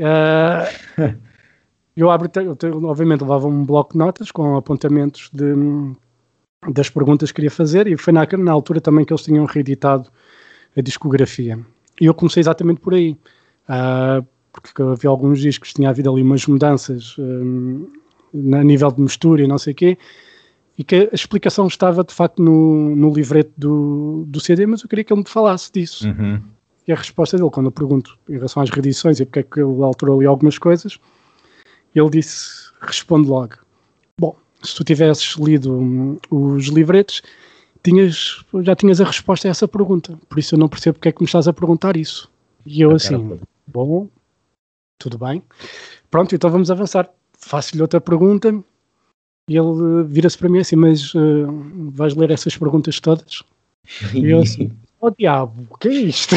Eu obviamente levava um bloco de notas com apontamentos das perguntas que queria fazer, e foi na altura também que eles tinham reeditado a discografia. E eu comecei exatamente por aí, porque havia alguns discos, tinha havido ali umas mudanças a nível de mistura e não sei o quê, e que a explicação estava de facto no livreto do CD, mas eu queria que ele me falasse disso. E a resposta dele, quando eu pergunto em relação às reedições e porque é que ele alterou ali algumas coisas, ele disse, responde logo, bom, se tu tivesses lido os livretos, já tinhas a resposta a essa pergunta, por isso eu não percebo porque é que me estás a perguntar isso. E eu assim, bom, tudo bem, pronto, então vamos avançar. Faço-lhe outra pergunta e ele vira-se para mim assim, mas vais ler essas perguntas todas? E eu assim, diabo, o que é isto?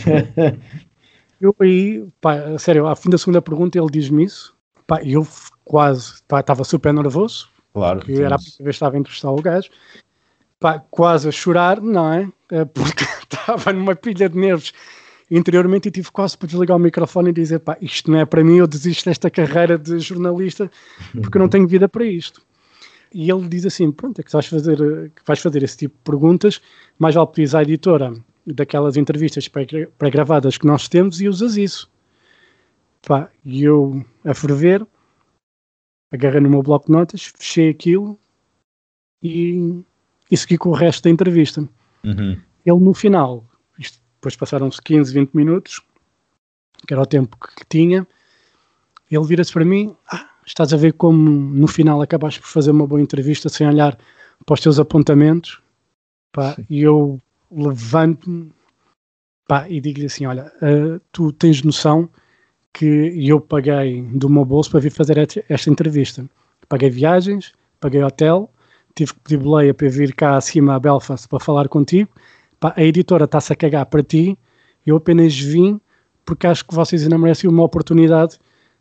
Eu aí, sério, ao fim da segunda pergunta ele diz-me isso, eu quase, estava super nervoso, claro, porque era a primeira vez que estava a entrevistar o gajo, quase a chorar, não é? Porque estava numa pilha de nervos interiormente e tive quase para desligar o microfone e dizer, isto não é para mim, eu desisto desta carreira de jornalista porque eu não tenho vida para isto. E ele diz assim, pronto, é que vais fazer esse tipo de perguntas, mais vale pedires à editora daquelas entrevistas pré-gravadas que nós temos e usas isso. E eu, a ferver, agarrei no meu bloco de notas, fechei aquilo e segui com o resto da entrevista. Ele no final, depois passaram-se 15, 20 minutos, que era o tempo que tinha, ele vira-se para mim, estás a ver como no final acabaste por fazer uma boa entrevista sem olhar para os teus apontamentos, e eu levanto-me e digo-lhe assim, olha, tu tens noção que eu paguei do meu bolso para vir fazer esta entrevista. Paguei viagens, paguei hotel, tive que pedir boleia para vir cá acima a Belfast para falar contigo, a editora está-se a cagar para ti, eu apenas vim porque acho que vocês ainda merecem uma oportunidade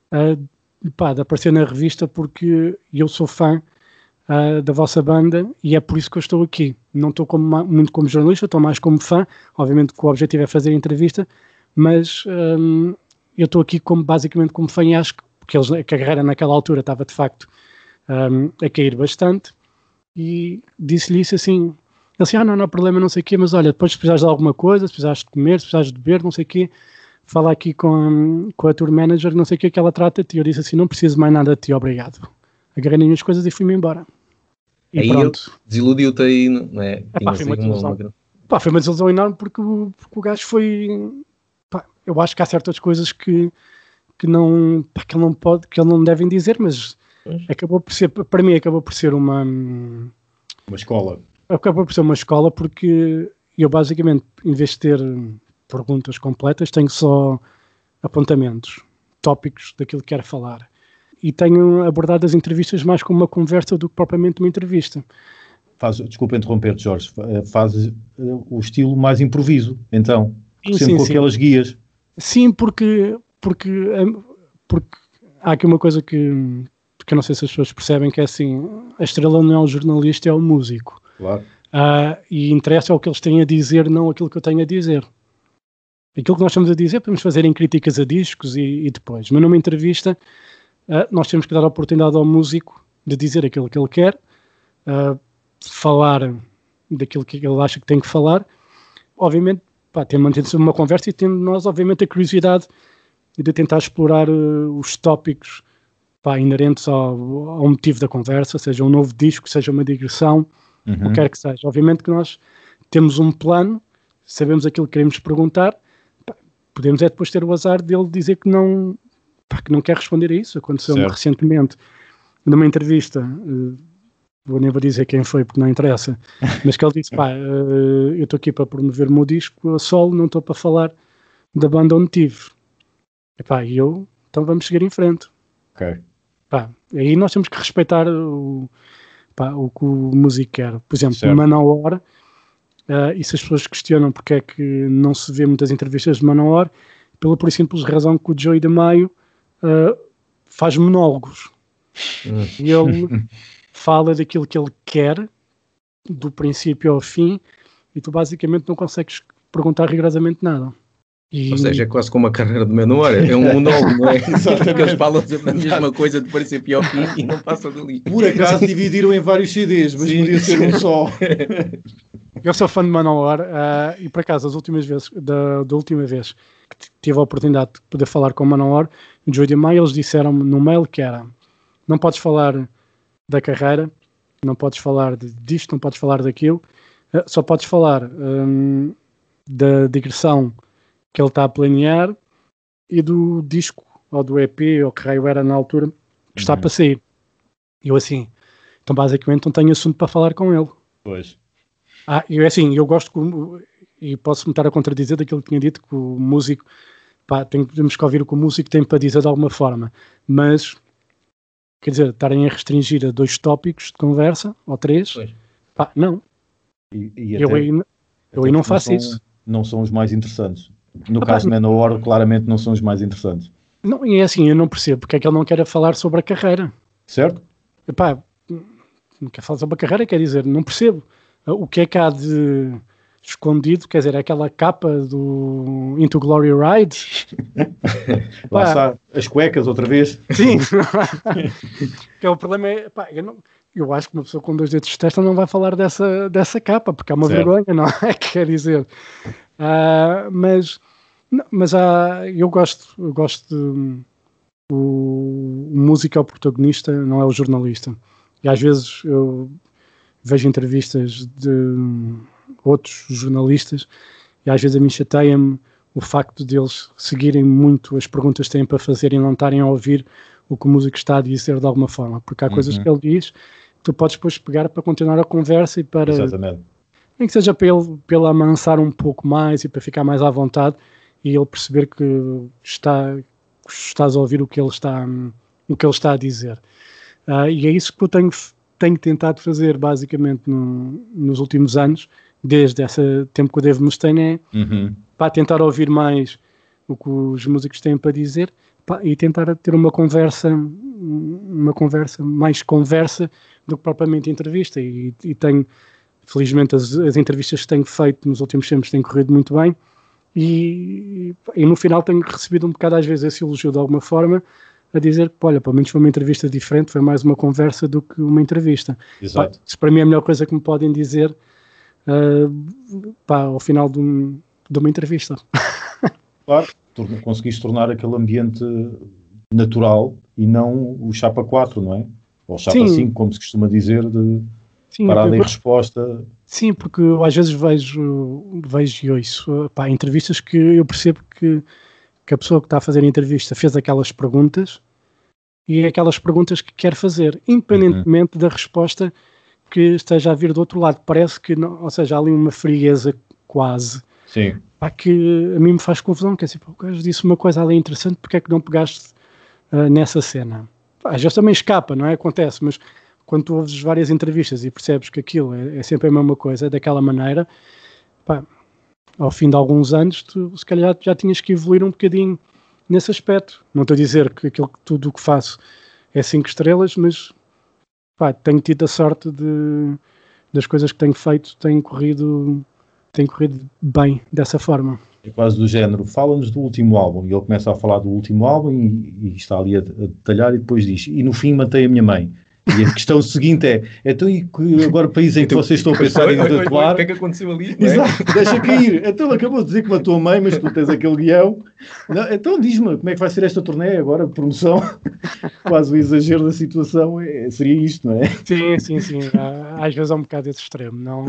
de aparecer na revista, porque eu sou fã da vossa banda e é por isso que eu estou aqui. Não estou muito como jornalista, estou mais como fã, obviamente que o objetivo é fazer a entrevista, mas eu estou aqui basicamente como fã, e acho que a carreira naquela altura estava de facto a cair bastante, e disse-lhe isso assim, ele assim, não há problema, não sei o quê, mas olha, depois se precisares de alguma coisa, se precisares de comer, se precisares de beber, não sei o quê, fala aqui com a tour manager, não sei o que ela trata-te. E eu disse assim, não preciso mais nada de ti, obrigado. Agarrei nas minhas coisas e fui-me embora. E aí pronto. Desiludiu-te aí, não é? Foi uma desilusão enorme, porque o gajo foi... eu acho que há certas coisas que que não pode, que ele não devem dizer, mas acabou por ser, para mim acabou por ser uma escola. Acabou por ser uma escola, porque eu basicamente, em vez de ter perguntas completas, tenho só apontamentos, tópicos daquilo que quero falar. E tenho abordado as entrevistas mais como uma conversa do que propriamente uma entrevista. Desculpa interromper-te, Jorge, faz o estilo mais improviso, então, sempre com aquelas guias. Sim, porque há aqui uma coisa que eu não sei se as pessoas percebem, que é assim, a estrela não é o jornalista, é o músico. Claro. E interessa o que eles têm a dizer, não aquilo que eu tenho a dizer. Aquilo que nós estamos a dizer, podemos fazer em críticas a discos e depois, mas numa entrevista nós temos que dar a oportunidade ao músico de dizer aquilo que ele quer, falar daquilo que ele acha que tem que falar, obviamente, mantendo-se uma conversa e tendo nós, obviamente, a curiosidade de tentar explorar os tópicos inerentes ao motivo da conversa, seja um novo disco, seja uma digressão, o que quer que seja. Obviamente que nós temos um plano, sabemos aquilo que queremos perguntar, podemos depois ter o azar dele dizer que não quer responder a isso. Aconteceu-me recentemente numa entrevista, nem vou dizer quem foi porque não interessa, mas que ele disse, eu estou aqui para promover o meu disco a solo, não estou para falar da banda onde tive. Então vamos seguir em frente. Ok. Aí nós temos que respeitar o que o músico quer. Por exemplo, no Manowar, e se as pessoas questionam porque é que não se vê muitas entrevistas de Manowar, pela por simples razão que o Joey DeMaio faz monólogos. E ele fala daquilo que ele quer, do princípio ao fim, e tu basicamente não consegues perguntar rigorosamente nada. Ou seja, é quase como a carreira de Manowar, é um monólogo, não é? Porque eles falam sempre a mesma coisa de princípio ao fim e não passam dali. Por acaso dividiram em vários CDs, mas podia ser um só. Eu sou fã de Manowar e por acaso da última vez que tive a oportunidade de poder falar com o Manowar, o Joey DeMaio, eles disseram-me no mail que era: não podes falar da carreira, não podes falar disto, não podes falar daquilo, só podes falar da digressão que ele está a planear e do disco, ou do EP, ou que raio era na altura, que está para sair. E eu assim, então basicamente não tenho assunto para falar com ele. Pois. Eu gosto, e posso-me estar a contradizer daquilo que tinha dito, que o músico, temos que ouvir o que o músico tem para dizer de alguma forma, mas, quer dizer, estarem a restringir a 2 tópicos de conversa, ou 3, não. Eu aí não faço isso. Não são os mais interessantes. No caso de Manowar, claramente não são os mais interessantes. Não, e é assim, eu não percebo porque é que ele não quer falar sobre a carreira. Certo? Não quer falar sobre a carreira, quer dizer, não percebo. O que é que há de escondido, quer dizer, aquela capa do Into Glory Ride. Lá está, as cuecas outra vez. Sim. Que o problema é, eu acho que uma pessoa com 2 dedos de testa não vai falar dessa capa, porque é uma vergonha, não é? Quer dizer... mas eu gosto de, o músico é o protagonista, não é o jornalista. E às vezes eu vejo entrevistas de outros jornalistas e às vezes a mim chateia-me o facto de eles seguirem muito as perguntas que têm para fazer e não estarem a ouvir o que o músico está a dizer de alguma forma, porque há coisas que ele diz que tu podes depois pegar para continuar a conversa e para... Exatamente. Nem que seja para ele amansar um pouco mais e para ficar mais à vontade e ele perceber que estás a ouvir o que ele está a dizer. E é isso que eu tenho tentado fazer basicamente nos últimos anos, desde esse tempo que o Dave Mustaine, para tentar ouvir mais o que os músicos têm para dizer e tentar ter uma conversa mais conversa do que propriamente entrevista. E tenho... Felizmente as entrevistas que tenho feito nos últimos tempos têm corrido muito bem e no final tenho recebido um bocado às vezes esse elogio de alguma forma a dizer que, olha, pelo menos foi uma entrevista diferente, foi mais uma conversa do que uma entrevista. Exato. Isso para mim é a melhor coisa que me podem dizer ao final de uma entrevista. Claro, conseguiste tornar aquele ambiente natural e não o chapa 4, não é? Ou chapa 5, como se costuma dizer, de... Sim, parada em resposta. Sim, porque eu às vezes vejo e ouço entrevistas que eu percebo que que a pessoa que está a fazer a entrevista fez aquelas perguntas e é aquelas perguntas que quer fazer, independentemente da resposta que esteja a vir do outro lado. Parece que, não, ou seja, há ali uma frieza quase. Sim. Pá, que a mim me faz confusão, que é assim, o gajo disse uma coisa ali interessante, porque é que não pegaste nessa cena? Às vezes também escapa, não é? Acontece, mas quando tu ouves várias entrevistas e percebes que aquilo é sempre a mesma coisa, daquela maneira, pá, ao fim de alguns anos, tu se calhar já tinhas que evoluir um bocadinho nesse aspecto. Não estou a dizer que tudo o que faço é 5 estrelas, mas pá, tenho tido a sorte das coisas que tenho feito, tenho corrido bem dessa forma. É quase do género, fala-nos do último álbum, e ele começa a falar do último álbum e está ali a detalhar e depois diz, e no fim matei a minha mãe. E a questão seguinte é, então e agora país em que vocês estão a pensar em tatuar? O que é que aconteceu ali? Exato, deixa cair. Então ele acabou de dizer que matou a mãe, mas tu tens aquele guião. Não, então diz-me, como é que vai ser esta turnê agora de promoção? Quase o exagero da situação seria isto, não é? Sim. Às vezes é um bocado esse extremo. Não...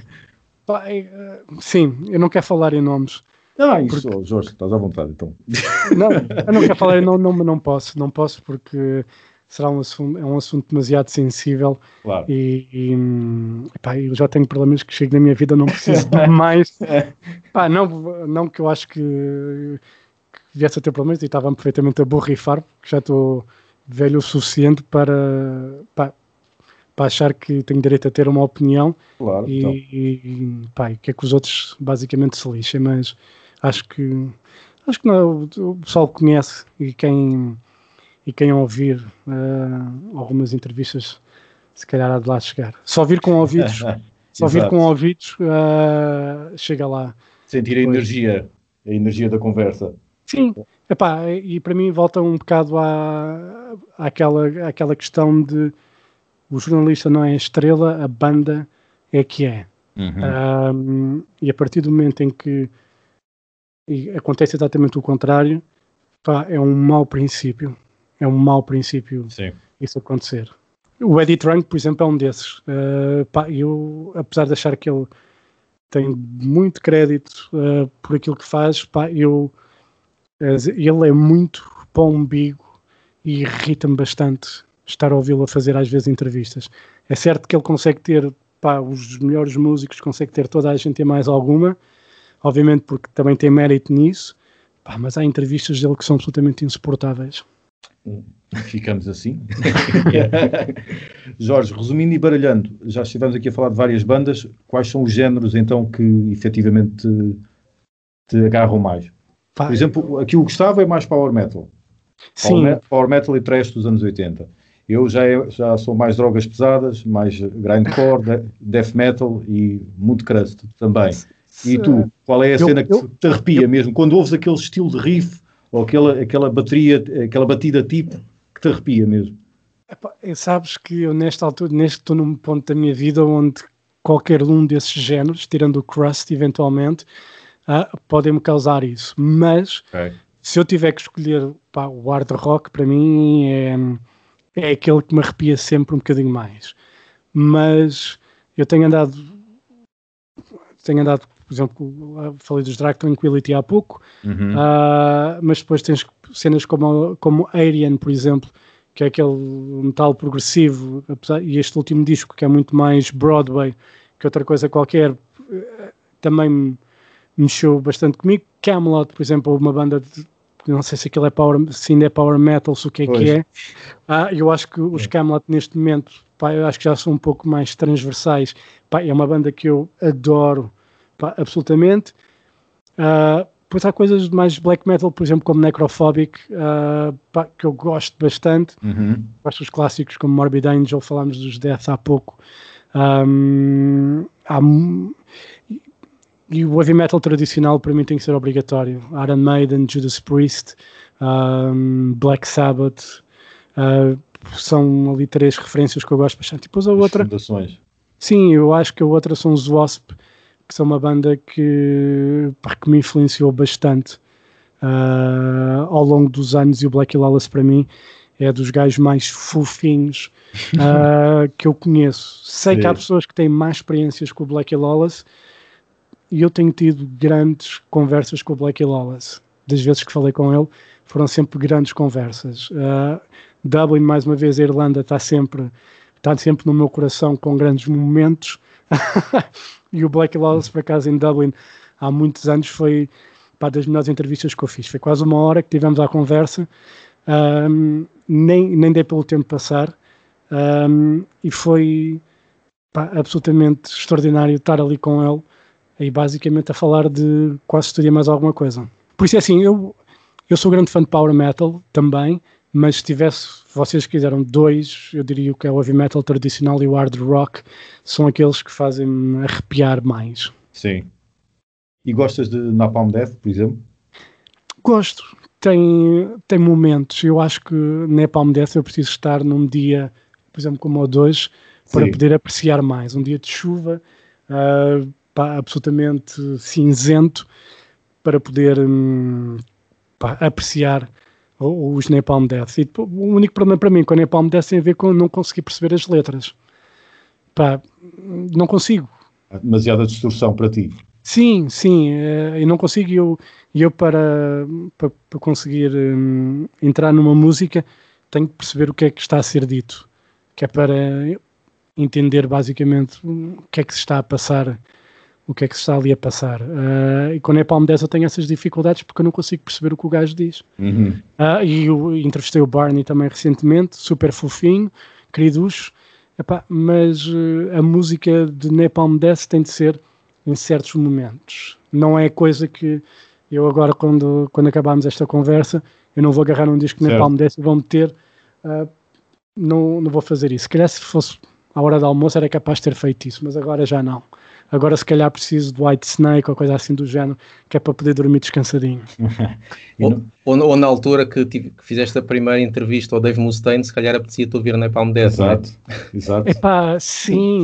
Sim, eu não quero falar em nomes. Isso, porque... Jorge, estás à vontade, então. Não, eu não quero falar em nome, não posso porque será um assunto demasiado sensível. Claro. E eu já tenho problemas que chego na minha vida, não preciso de mais. Não que eu acho que viesse a ter problemas e estava-me perfeitamente a borrifar, porque já estou velho o suficiente para achar que tenho direito a ter uma opinião. Claro, e que é que os outros basicamente se lixem, mas acho que não, o pessoal conhece e quem ouvir algumas entrevistas se calhar há de lá chegar. Só vir com ouvidos chega lá. Sentir a energia da conversa. Sim, e para mim volta um bocado àquela questão de o jornalista não é a estrela, a banda é que é. E a partir do momento em que acontece exatamente o contrário, é um mau princípio. É um mau princípio. Sim. Isso acontecer. O Eddie Trunk, por exemplo, é um desses. Eu, apesar de achar que ele tem muito crédito por aquilo que faz, ele é muito para o umbigo e irrita-me bastante estar a ouvi-lo a fazer às vezes entrevistas. É certo que ele consegue ter os melhores músicos, consegue ter toda a gente e mais alguma, obviamente porque também tem mérito nisso, mas há entrevistas dele que são absolutamente insuportáveis. Ficamos assim. Jorge, resumindo e baralhando, já estivemos aqui a falar de várias bandas, quais são os géneros então que efetivamente te agarram mais? Por exemplo, aqui o Gustavo é mais power metal. Sim. Power metal e thrash dos anos 80. Eu já sou mais drogas pesadas, mais grindcore, death metal e muito crust também. E tu, qual é a cena que te arrepia mesmo? Quando ouves aquele estilo de riff ou aquela bateria, aquela batida tipo que te arrepia mesmo? Sabes que eu nesta altura, estou num ponto da minha vida onde qualquer um desses géneros, tirando o crust eventualmente, podem-me causar isso. Mas se eu tiver que escolher o hard rock, para mim é aquele que me arrepia sempre um bocadinho mais. Mas eu tenho andado, por exemplo, falei dos Drag Tranquility há pouco, mas depois tens cenas como Arian, por exemplo, que é aquele metal progressivo, e este último disco que é muito mais Broadway que outra coisa qualquer, também me mexeu bastante comigo. Camelot, por exemplo, uma banda não sei se aquilo é se ainda é power metal, se o que é que é. Eu acho que os Camelot neste momento, eu acho que já são um pouco mais transversais. É uma banda que eu adoro, absolutamente. Depois há coisas mais black metal, por exemplo, como Necrophobic, que eu gosto bastante. Gosto dos clássicos como Morbid Angel, falámos dos Death há pouco. E o heavy metal tradicional para mim tem que ser obrigatório. Iron Maiden, Judas Priest, Black Sabbath, são ali 3 referências que eu gosto bastante. E depois a outra... fundações. Sim, eu acho que a outra são os Wasp, que são uma banda que me influenciou bastante ao longo dos anos, e o Blackie Lawless para mim é dos gajos mais fofinhos que eu conheço. Sei que há pessoas que têm mais experiências com o Blackie Lawless, e eu tenho tido grandes conversas com o Blackie Lawless. das vezes que falei com ele, foram sempre grandes conversas. Dublin, mais uma vez, a Irlanda está sempre no meu coração com grandes momentos. E o Blackie Lawless, por acaso, em Dublin, há muitos anos, foi das melhores entrevistas que eu fiz. Foi quase 1 hora que tivemos a conversa, nem dei pelo tempo passar, e foi absolutamente extraordinário estar ali com ele e basicamente a falar de quase tudo e mais alguma coisa. Por isso é assim, eu sou grande fã de Power Metal também, mas se vocês quiseram 2, eu diria que é o Heavy Metal tradicional e o Hard Rock, são aqueles que fazem-me arrepiar mais. Sim. E gostas de Napalm Death, por exemplo? Gosto. Tem momentos. Eu acho que Napalm Death eu preciso estar num dia, por exemplo, como o de hoje, para poder apreciar mais. Um dia de chuva, absolutamente cinzento, para poder apreciar os Napalm Death. E o único problema para mim com a Napalm Death tem a ver com não conseguir perceber as letras. Não consigo. Há demasiada distorção para ti. Sim, eu não consigo. Eu para conseguir entrar numa música tenho que perceber o que é que está a ser dito, que é para entender basicamente o que é que se está a passar, o que é que se está ali a passar. E com a Napalm Death eu tenho essas dificuldades porque eu não consigo perceber o que o gajo diz. E eu entrevistei o Barney também recentemente, super fofinho, queriducho, mas a música de Napalm Death tem de ser em certos momentos. Não é coisa que eu agora, quando acabarmos esta conversa, eu não vou agarrar um disco de Napalm Death e vou meter. Não vou fazer isso. Se calhar se fosse à hora do almoço era capaz de ter feito isso, mas agora já não. Agora se calhar preciso de White Snake ou coisa assim do género, que é para poder dormir descansadinho. ou na altura que fizeste a primeira entrevista ao Dave Mustaine, se calhar apetecia-te ouvir Napalm Death. Exato. Sim.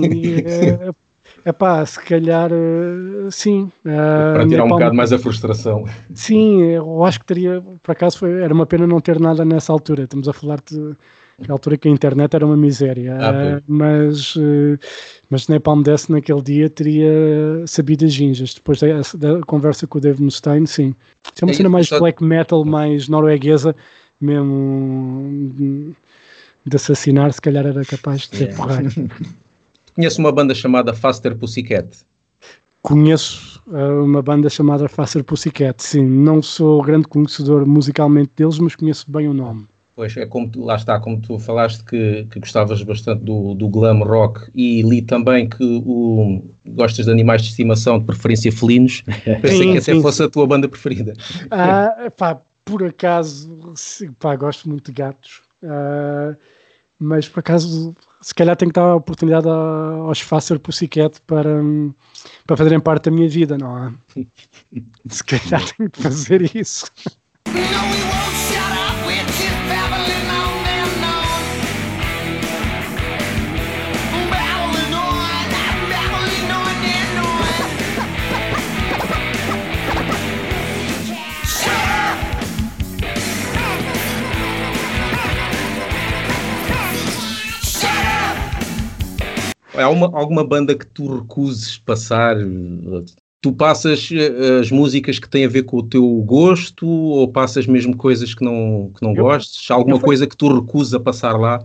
Se calhar, sim. Para tirar um bocado mais a frustração. Sim, eu acho que teria, por acaso, era uma pena não ter nada nessa altura. Estamos a falar de a altura que a internet era uma miséria. Mas Napalm Death naquele dia teria sabido as ginjas. Depois da conversa com o Dave Mustaine, sim. É uma cena mais black metal, mais norueguesa, mesmo de assassinar, se calhar era capaz de ter porrada. Conheço uma banda chamada Faster Pussycat? Conheço uma banda chamada Faster Pussycat, sim. Não sou grande conhecedor musicalmente deles, mas conheço bem o nome. Pois, é como como tu falaste que gostavas bastante do glam rock e li também que gostas de animais de estimação, de preferência felinos. Pensei que até fosse a tua banda preferida. Por acaso, gosto muito de gatos. Mas por acaso se calhar tenho que dar a oportunidade aos Faster Pussycat para fazerem parte da minha vida, não é? Se calhar tenho que fazer isso. Há alguma banda que tu recuses passar? Tu passas as músicas que têm a ver com o teu gosto ou passas mesmo coisas que não gostes? Há alguma coisa que tu recusas a passar lá?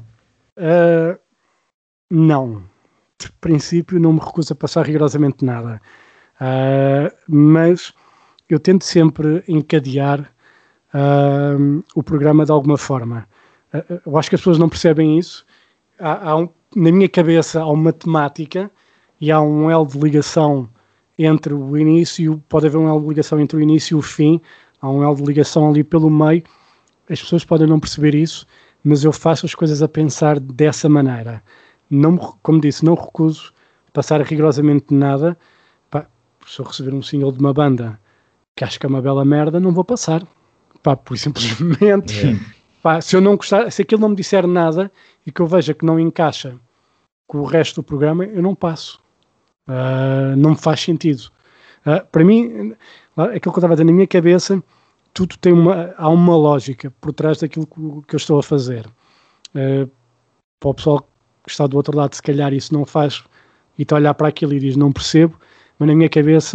Não. De princípio não me recuso a passar rigorosamente nada. Mas eu tento sempre encadear o programa de alguma forma. Eu acho que as pessoas não percebem isso. Na minha cabeça há uma temática e há um elo de ligação entre o início, pode haver um elo de ligação entre o início e o fim, há um elo de ligação ali pelo meio. As pessoas podem não perceber isso, mas eu faço as coisas a pensar dessa maneira. Não, como disse, não recuso passar rigorosamente nada. Se eu receber um single de uma banda que acho que é uma bela merda, não vou passar. Por simplesmente... se eu não gostar, se aquilo não me disser nada e que eu veja que não encaixa com o resto do programa, eu não passo. Não me faz sentido. Para mim, aquilo que eu estava a dizer na minha cabeça, tudo há uma lógica por trás daquilo que eu estou a fazer. Para o pessoal que está do outro lado, se calhar isso não faz, e está a olhar para aquilo e diz, não percebo, mas na minha cabeça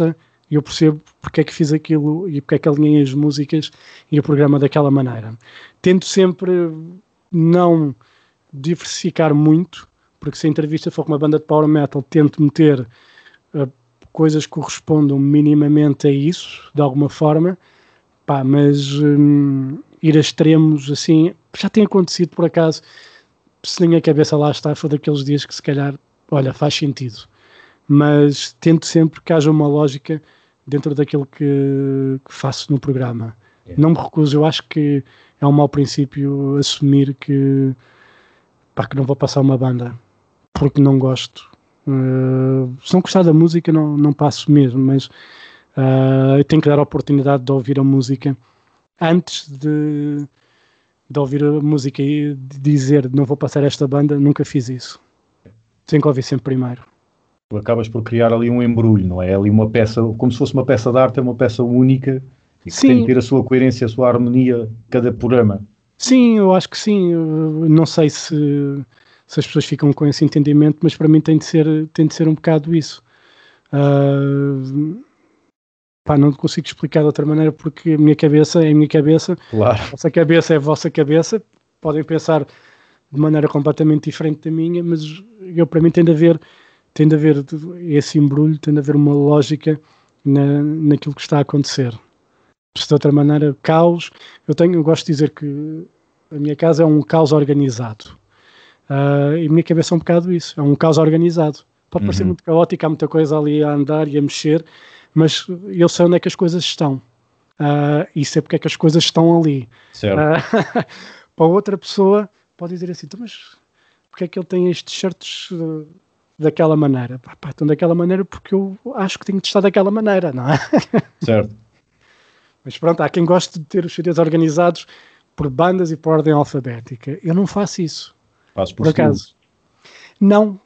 e eu percebo porque é que fiz aquilo e porque é que alinhei as músicas e o programa daquela maneira. Tento sempre não diversificar muito, porque se a entrevista for com uma banda de power metal, tento meter coisas que correspondam minimamente a isso, de alguma forma, mas ir a extremos assim, já tem acontecido por acaso, se nem a cabeça lá está, foi daqueles dias que se calhar, olha, faz sentido, mas tento sempre que haja uma lógica dentro daquilo que faço no programa. Não me recuso, eu acho que é um mau princípio assumir que não vou passar uma banda porque não gosto. Se não gostar da música não passo mesmo, mas eu tenho que dar a oportunidade de ouvir a música antes de ouvir a música e de dizer não vou passar esta banda. Nunca fiz isso, tenho que ouvir sempre primeiro. Tu acabas por criar ali um embrulho, não é? Ali uma peça, como se fosse uma peça de arte, é uma peça única e que tem que ter a sua coerência, a sua harmonia, cada programa. Sim, eu acho que sim. Eu não sei se as pessoas ficam com esse entendimento, mas para mim tem de ser um bocado isso. Não consigo explicar de outra maneira, porque a minha cabeça é a minha cabeça, claro. A vossa cabeça é a vossa cabeça, podem pensar de maneira completamente diferente da minha, mas para mim tem de haver esse embrulho, tem de haver uma lógica naquilo que está a acontecer. Se de outra maneira, caos, eu gosto de dizer que a minha casa é um caos organizado. E a minha cabeça é um bocado isso, é um caos organizado. Pode parecer muito caótico, há muita coisa ali a andar e a mexer, mas eu sei onde é que as coisas estão. E sei porque é que as coisas estão ali. Certo. Para outra pessoa pode dizer assim, mas porque é que ele tem estes shirts daquela maneira? Estão daquela maneira porque eu acho que tenho de estar daquela maneira, não é? Certo. Mas pronto, há quem goste de ter os CDs organizados por bandas e por ordem alfabética. Eu não faço isso. Fazes por acaso. Não.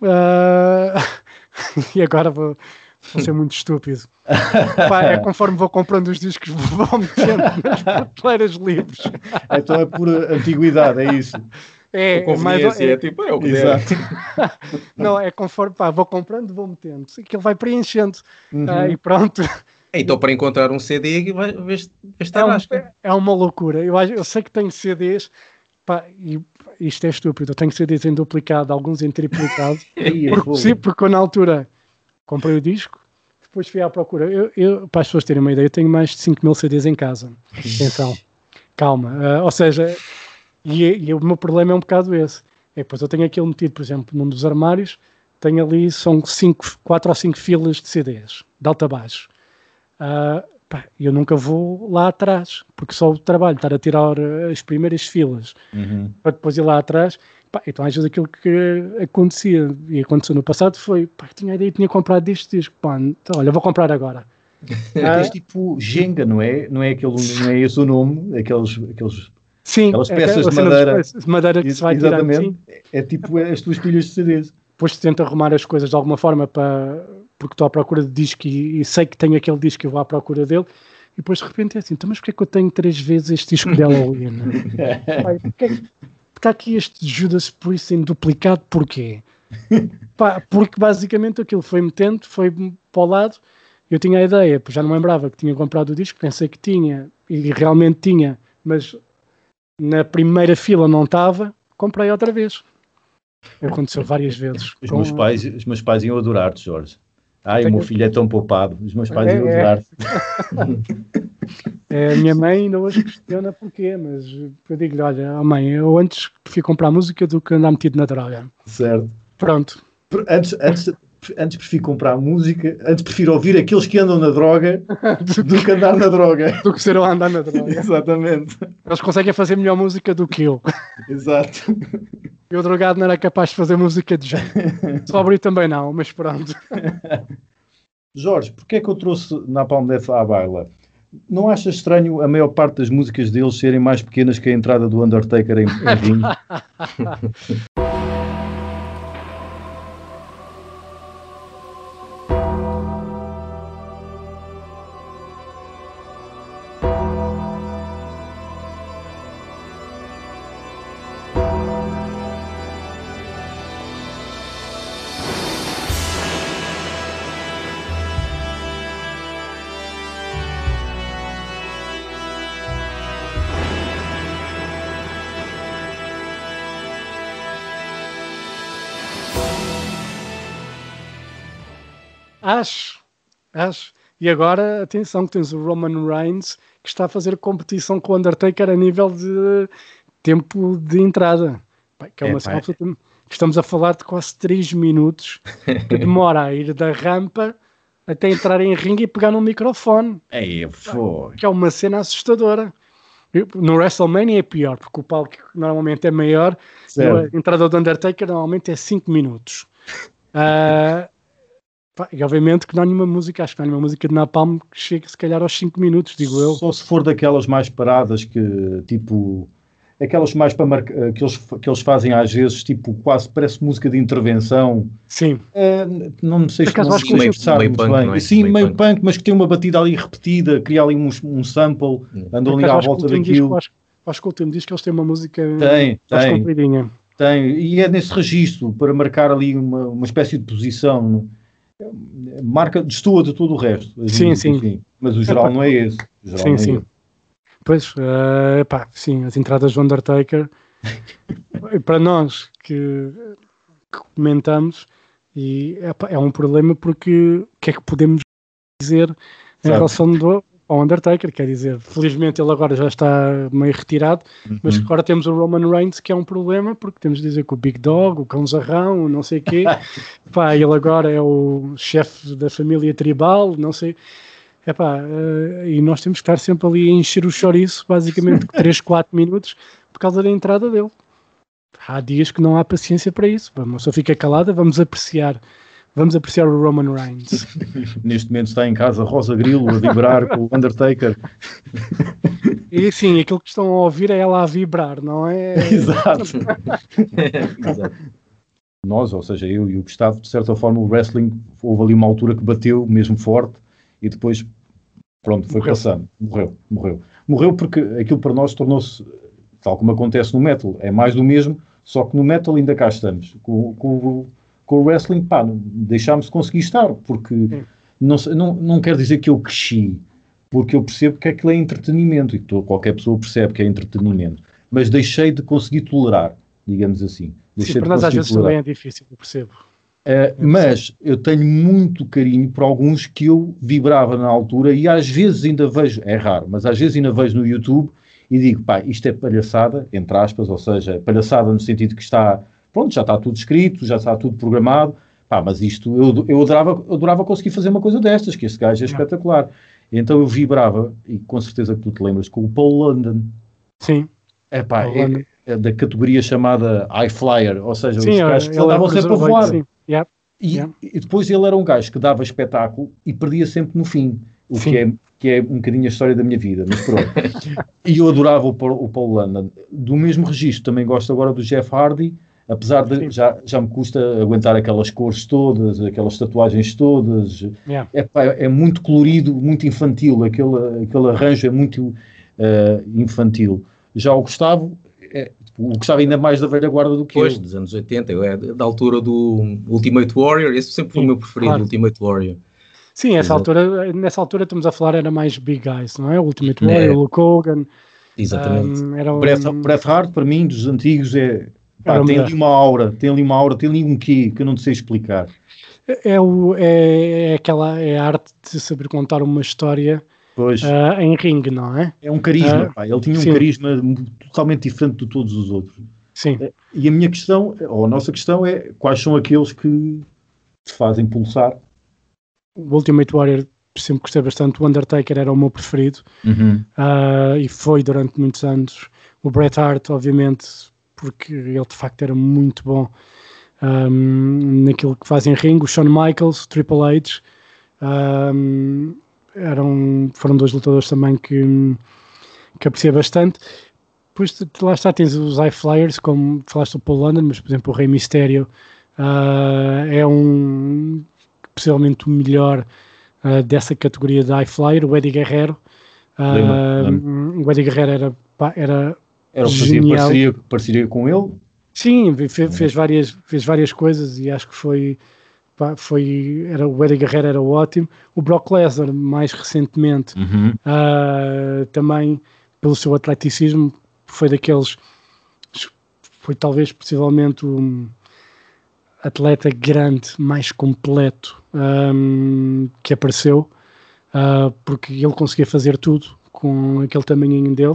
E agora vou ser muito estúpido. É conforme vou comprando os discos, vou metendo nas prateleiras livres. Então é por antiguidade, é isso. É tipo, é o que exato. Não, é conforme, vou comprando, vou metendo. Aquilo vai preenchendo. E pronto. Então, para encontrar um CD, é uma loucura. Eu sei que tenho CDs, e isto é estúpido. Eu tenho CDs em duplicado, alguns em triplicado. Porque eu, na altura, comprei o disco, depois fui à procura. Para as pessoas terem uma ideia, eu tenho mais de 5.000 CDs em casa. Atenção, calma. Ou seja, e o meu problema é um bocado esse. Depois eu tenho aquilo metido, por exemplo, num dos armários, tenho ali, são 4 ou 5 filas de CDs, de alto a baixo. Eu nunca vou lá atrás, porque só o trabalho de estar a tirar as primeiras filas para depois ir lá atrás. Então às vezes aquilo que acontecia e aconteceu no passado foi, tinha a ideia, tinha comprado este disco, então, olha, vou comprar agora. É tipo Jenga, não é? Não é esse o nome, aqueles sim, aquelas peças de madeira que se vai tirar. Exatamente, é tipo as tuas pilhas de CDs. Depois tento arrumar as coisas de alguma forma porque estou à procura de disco e sei que tenho aquele disco e eu vou à procura dele, e depois de repente é assim, então mas porque é que eu tenho 3 vezes este disco de Halloween? Está aqui este Judas Priest em duplicado, porquê? Porque basicamente aquilo foi metendo, foi para o lado, eu tinha a ideia, já não lembrava que tinha comprado o disco, pensei que tinha, e realmente tinha, mas na primeira fila não estava, comprei outra vez. Aconteceu várias vezes. Os meus pais iam adorar-te, Jorge. O meu filho é tão poupado. Os meus pais iam adorar-te. A minha mãe ainda hoje questiona porquê, mas eu digo-lhe, olha, mãe, eu antes prefiro comprar música do que andar metido na droga. Certo. Pronto. Antes prefiro comprar música, antes prefiro ouvir aqueles que andam na droga do que andar na droga. Do que ser eu a andar na droga. Exatamente. Eles conseguem fazer melhor música do que eu. Exato. E o drogado não era capaz de fazer música de jeito. Sóbrio também não, mas pronto. Jorge, porquê é que eu trouxe Napalm Death à baila? Não achas estranho a maior parte das músicas deles serem mais pequenas que a entrada do Undertaker em ringue? Acho. E agora, atenção, que tens o Roman Reigns que está a fazer competição com o Undertaker a nível de tempo de entrada. Que é uma cena absolutamente... Estamos a falar de quase 3 minutos que demora a ir da rampa até entrar em ringue e pegar no microfone. Que é uma cena assustadora. No WrestleMania é pior, porque o palco normalmente é maior, e a entrada do Undertaker normalmente é 5 minutos. E obviamente que não há nenhuma música, acho que não há nenhuma música de Napalm que chegue se calhar aos 5 minutos, digo eu. Só se for daquelas mais paradas que, tipo, aquelas mais para marcar, que eles fazem às vezes, tipo, quase parece música de intervenção. Sim. Não sei se não sei expressar muito bem. É? Sim, meio punk, mas que tem uma batida ali repetida, cria ali um sample, andam ali à volta daquilo. Acho que o último diz que eles têm uma música mais compridinha. Tem, e é nesse registro, para marcar ali uma espécie de posição, marca, destoa de todo o resto. Sim. Enfim, mas o geral não é esse. Sim. Pois, sim, as entradas do Undertaker, para nós que comentamos, e é um problema porque o que é que podemos dizer em relação ao Undertaker? Quer dizer, felizmente ele agora já está meio retirado, mas agora temos o Roman Reigns, que é um problema, porque temos de dizer que o Big Dog, o Cão Zarrão, não sei o quê, ele agora é o chefe da família tribal, não sei... e nós temos que estar sempre ali a encher o chouriço, basicamente 3, 4 minutos, por causa da entrada dele. Há dias que não há paciência para isso. A pessoa fica calada, vamos apreciar o Roman Reigns. Neste momento está em casa Rosa Grilo a vibrar com o Undertaker. E sim, aquilo que estão a ouvir é ela a vibrar, não é? Exato. Nós, ou seja, eu e o Gustavo, de certa forma, o wrestling, houve ali uma altura que bateu mesmo forte e depois, pronto, foi passando. Morreu porque aquilo para nós tornou-se, tal como acontece no metal, é mais do mesmo, só que no metal ainda cá estamos. Com o wrestling, deixámos de conseguir estar, porque não quer dizer que eu cresci, porque eu percebo que aquilo é entretenimento, e qualquer pessoa percebe que é entretenimento, mas deixei de conseguir tolerar, digamos assim. Sim, para nós às vezes também é difícil, eu percebo. Mas eu tenho muito carinho por alguns que eu vibrava na altura e às vezes ainda vejo, é raro, mas às vezes ainda vejo no YouTube e digo, isto é palhaçada, entre aspas, ou seja, palhaçada no sentido que está, pronto, já está tudo escrito, já está tudo programado, mas isto, eu adorava conseguir fazer uma coisa destas, que este gajo é espetacular. Então eu vibrava, e com certeza que tu te lembras, com o Paul London. Sim. É da categoria chamada High Flyer, ou seja, sim, os gajos que andavam sempre a voar. Sim. E depois ele era um gajo que dava espetáculo e perdia sempre no fim, que é um bocadinho a história da minha vida, mas pronto. E eu adorava o Paul London. Do mesmo registro, também gosto agora do Jeff Hardy, apesar de já me custa aguentar aquelas cores todas, aquelas tatuagens todas. É muito colorido, muito infantil, aquele arranjo é muito infantil. Já o Gustavo ainda mais da velha guarda do que eu. Dos anos 80, da altura do Ultimate Warrior, esse sempre foi o meu preferido, claro. Ultimate Warrior. Sim, nessa altura estamos a falar, era mais Big Guys, não é? O Ultimate Warrior, o Hulk Hogan. Exatamente. Bret Hart, para mim, dos antigos, tem ali uma aura, tem ali um quê que eu não sei explicar. É a arte de saber contar uma história em ringue, não é? É um carisma, ele tinha um carisma totalmente diferente de todos os outros. Sim. E a minha questão, ou a nossa questão é, quais são aqueles que te fazem pulsar? O Ultimate Warrior sempre gostei bastante, o Undertaker era o meu preferido, e foi durante muitos anos. O Bret Hart, obviamente, porque ele de facto era muito bom naquilo que faz em ringue. O Shawn Michaels, o Triple H, foram dois lutadores também que apreciei bastante. Depois lá está, tens os High Flyers, como falaste do Paul London, mas por exemplo o Rey Mysterio é possivelmente o melhor dessa categoria de High Flyer. O Eddie Guerrero, o Eddie Guerrero era genial. Parceria com ele? Sim, fez várias coisas e acho que o Eddie Guerrero era ótimo. O Brock Lesnar, mais recentemente, também pelo seu atleticismo, foi talvez possivelmente atleta grande, mais completo que apareceu, porque ele conseguia fazer tudo com aquele tamanhinho dele,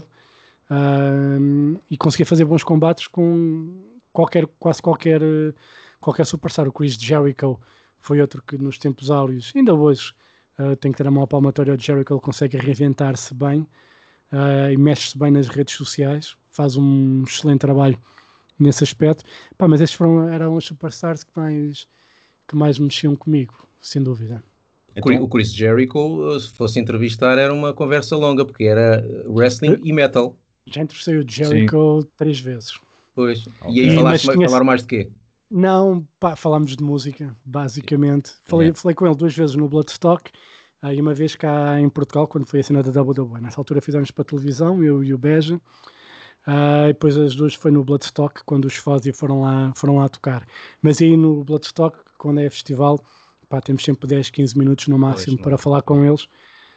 e conseguia fazer bons combates com quase qualquer superstar. O Chris Jericho foi outro que nos tempos áureos, ainda hoje, tem que ter a mão palmatória ao Jericho. Ele consegue reinventar-se bem, e mexe-se bem nas redes sociais, faz um excelente trabalho nesse aspecto. Mas estes eram os superstars que mais mexiam comigo, sem dúvida. Então, o Chris Jericho, se fosse entrevistar, era uma conversa longa, porque era wrestling e metal. Já entrevistei o Jericho 3 vezes. Pois. E aí falaram mais de quê? Não, falámos de música, basicamente. Falei com ele 2 vezes no Bloodstock, e uma vez cá em Portugal, quando foi a cena da WWE. Nessa altura fizemos para a televisão, eu e o Beja. E depois as 2 foi no Bloodstock, quando os Fozzy foram lá tocar. Mas aí no Bloodstock, quando é festival, temos sempre 10, 15 minutos no máximo para falar com eles.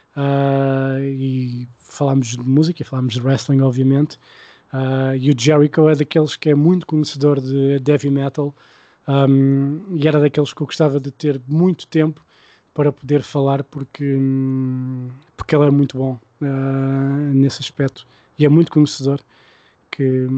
E falámos de música, falámos de wrestling, obviamente. E o Jericho é daqueles que é muito conhecedor de heavy metal, e era daqueles que eu gostava de ter muito tempo para poder falar, porque ele é muito bom nesse aspecto, e é muito conhecedor, que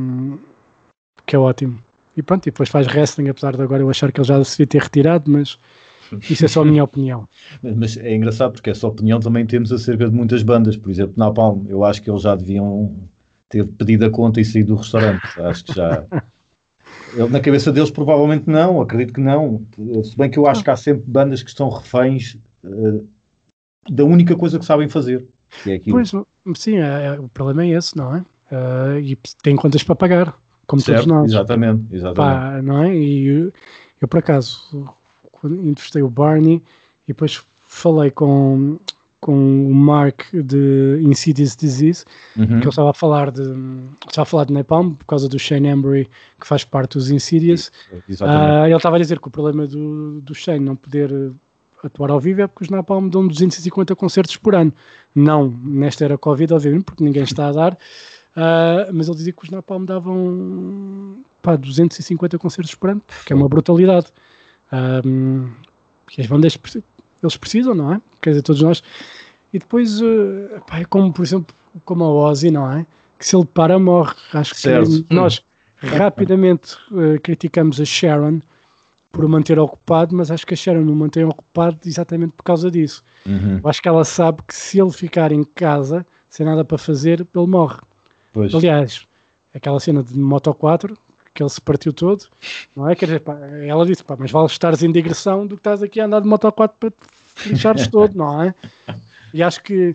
é ótimo. E pronto, e depois faz wrestling, apesar de agora eu achar que ele já se devia ter retirado, mas isso é só a minha opinião. Mas é engraçado, porque essa opinião também temos acerca de muitas bandas. Por exemplo, Napalm, eu acho que eles já deviam ter pedido a conta e saído do restaurante. Acho que já... Na cabeça deles provavelmente não, acredito que não. Se bem que eu acho que há sempre bandas que estão reféns da única coisa que sabem fazer, que é aquilo. Pois, sim, o problema é esse, não é? E tem contas para pagar, como certo, todos nós. Exatamente. Não é? E eu por acaso, quando entrevistei o Barney, e depois falei com o Mark de Insidious Disease, que ele estava a falar de Napalm por causa do Shane Embury, que faz parte dos Insidious. Ele estava a dizer que o problema do Shane não poder atuar ao vivo é porque os Napalm dão 250 concertos por ano. Não nesta era Covid, obviamente, porque ninguém está a dar, mas ele dizia que os Napalm davam 250 concertos por ano, que é uma brutalidade. Que as bandas eles precisam, não é? Quer dizer, todos nós. E depois, é como, por exemplo, como a Ozzy, não é? Que se ele para, morre. Acho que nós rapidamente criticamos a Sharon por o manter ocupado, mas acho que a Sharon não mantém ocupado exatamente por causa disso. Eu acho que ela sabe que se ele ficar em casa, sem nada para fazer, ele morre. Pois. Aliás, aquela cena de Moto 4, que ele se partiu todo, não é? Quer dizer, ela disse, mas vale estares em digressão do que estás aqui a andar de Moto 4 para te lixares todo, não é? E acho que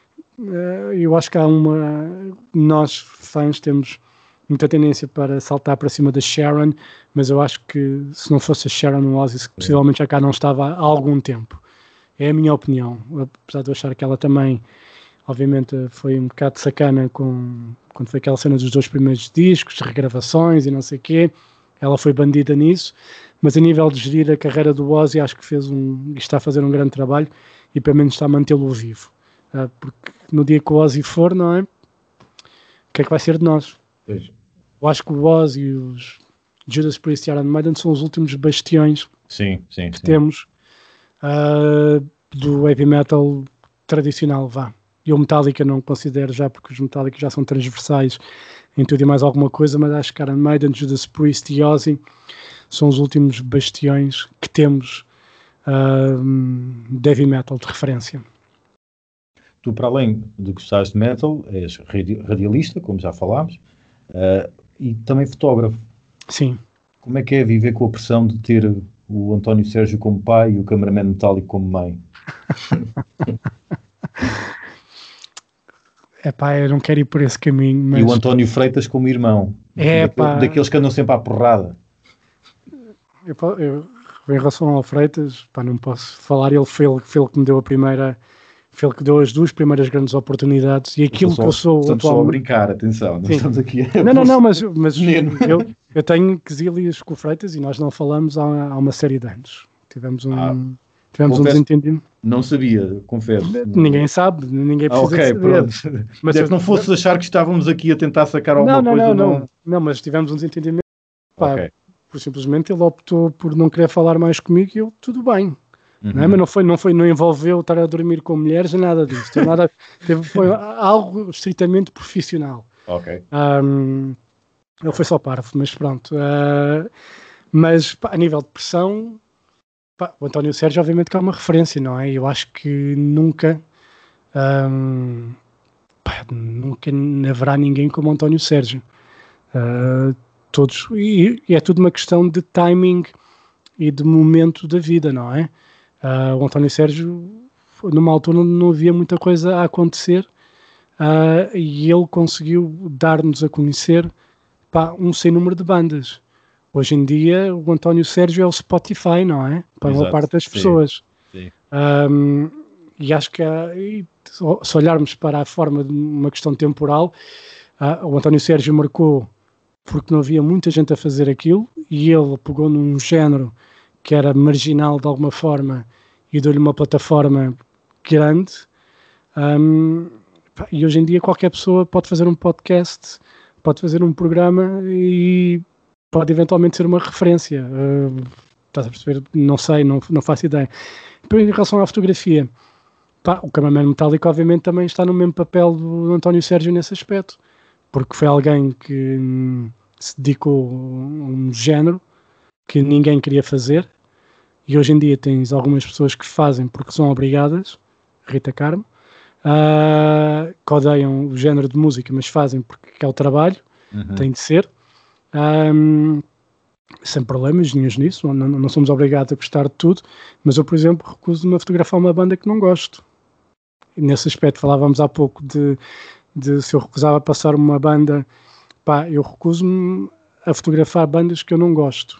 nós fãs temos muita tendência para saltar para cima da Sharon, mas eu acho que se não fosse a Sharon, o Ozzy possivelmente já cá não estava há algum tempo. É a minha opinião, apesar de eu achar que ela também, obviamente, foi um bocado sacana quando foi aquela cena dos 2 primeiros discos, regravações e não sei o quê. Ela foi bandida nisso, mas a nível de gerir a carreira do Ozzy, acho que está a fazer um grande trabalho e pelo menos está a mantê-lo vivo. Porque no dia que o Ozzy for, não é? O que é que vai ser de nós? Pois. Eu acho que o Ozzy e os Judas Priest e Iron Maiden são os últimos bastiões que temos do heavy metal tradicional, E o Metallica não considero já, porque os Metallica já são transversais em tudo e mais alguma coisa, mas acho que Iron Maiden, Judas Priest e Ozzy são os últimos bastiões que temos de heavy metal de referência. Tu, para além de gostares de metal, és radialista, como já falámos, e também fotógrafo. Sim. Como é que é viver com a pressão de ter o António Sérgio como pai e o cameraman Metálico como mãe? Eu não quero ir por esse caminho. Mas... E o António Freitas como irmão. Daqueles que andam sempre à porrada. Eu, em relação ao Freitas, não posso falar. Ele foi ele que me deu foi ele que deu as 2 primeiras grandes oportunidades. E aquilo que eu sou... Estamos só a brincar, atenção. Não estamos aqui a... Não, mas eu tenho quesílios com o Freitas e nós não falamos há uma série de anos. Tivemos um desentendimento. Não sabia, confesso. Ninguém sabe, ninguém precisa saber. Pronto. Mas que não fosse achar que estávamos aqui a tentar sacar alguma coisa. Não, mas tivemos um desentendimento. por simplesmente ele optou por não querer falar mais comigo e eu, tudo bem. Não é? Mas não envolveu estar a dormir com mulheres, nada disso. Foi algo estritamente profissional. Ok. Ele foi só parvo, mas pronto. Mas a nível de pressão, o António Sérgio obviamente que é uma referência, não é? Eu acho que nunca haverá ninguém como o António Sérgio. Todos, e é tudo uma questão de timing e de momento da vida, não é? O António Sérgio, numa altura não havia muita coisa a acontecer, e ele conseguiu dar-nos a conhecer um sem número de bandas. Hoje em dia o António Sérgio é o Spotify, não é? Para uma parte das pessoas. Sim. E acho que se olharmos para a forma de uma questão temporal, o António Sérgio marcou porque não havia muita gente a fazer aquilo e ele pegou num género que era marginal de alguma forma e deu-lhe uma plataforma grande. E hoje em dia qualquer pessoa pode fazer um podcast, pode fazer um programa e pode eventualmente ser uma referência. Estás a perceber? Não sei, não faço ideia. Depois, em relação à fotografia, o Cameraman Metálico obviamente também está no mesmo papel do António Sérgio nesse aspecto, porque foi alguém que se dedicou a um género que ninguém queria fazer, e hoje em dia tens algumas pessoas que fazem porque são obrigadas, Rita Carmo, que odeiam o género de música, mas fazem porque é o trabalho, tem de ser, sem problemas nenhuns nisso, não somos obrigados a gostar de tudo, mas eu, por exemplo, recuso-me a fotografar uma banda que não gosto. E nesse aspecto, falávamos há pouco de se eu recusava passar uma banda, eu recuso-me a fotografar bandas que eu não gosto.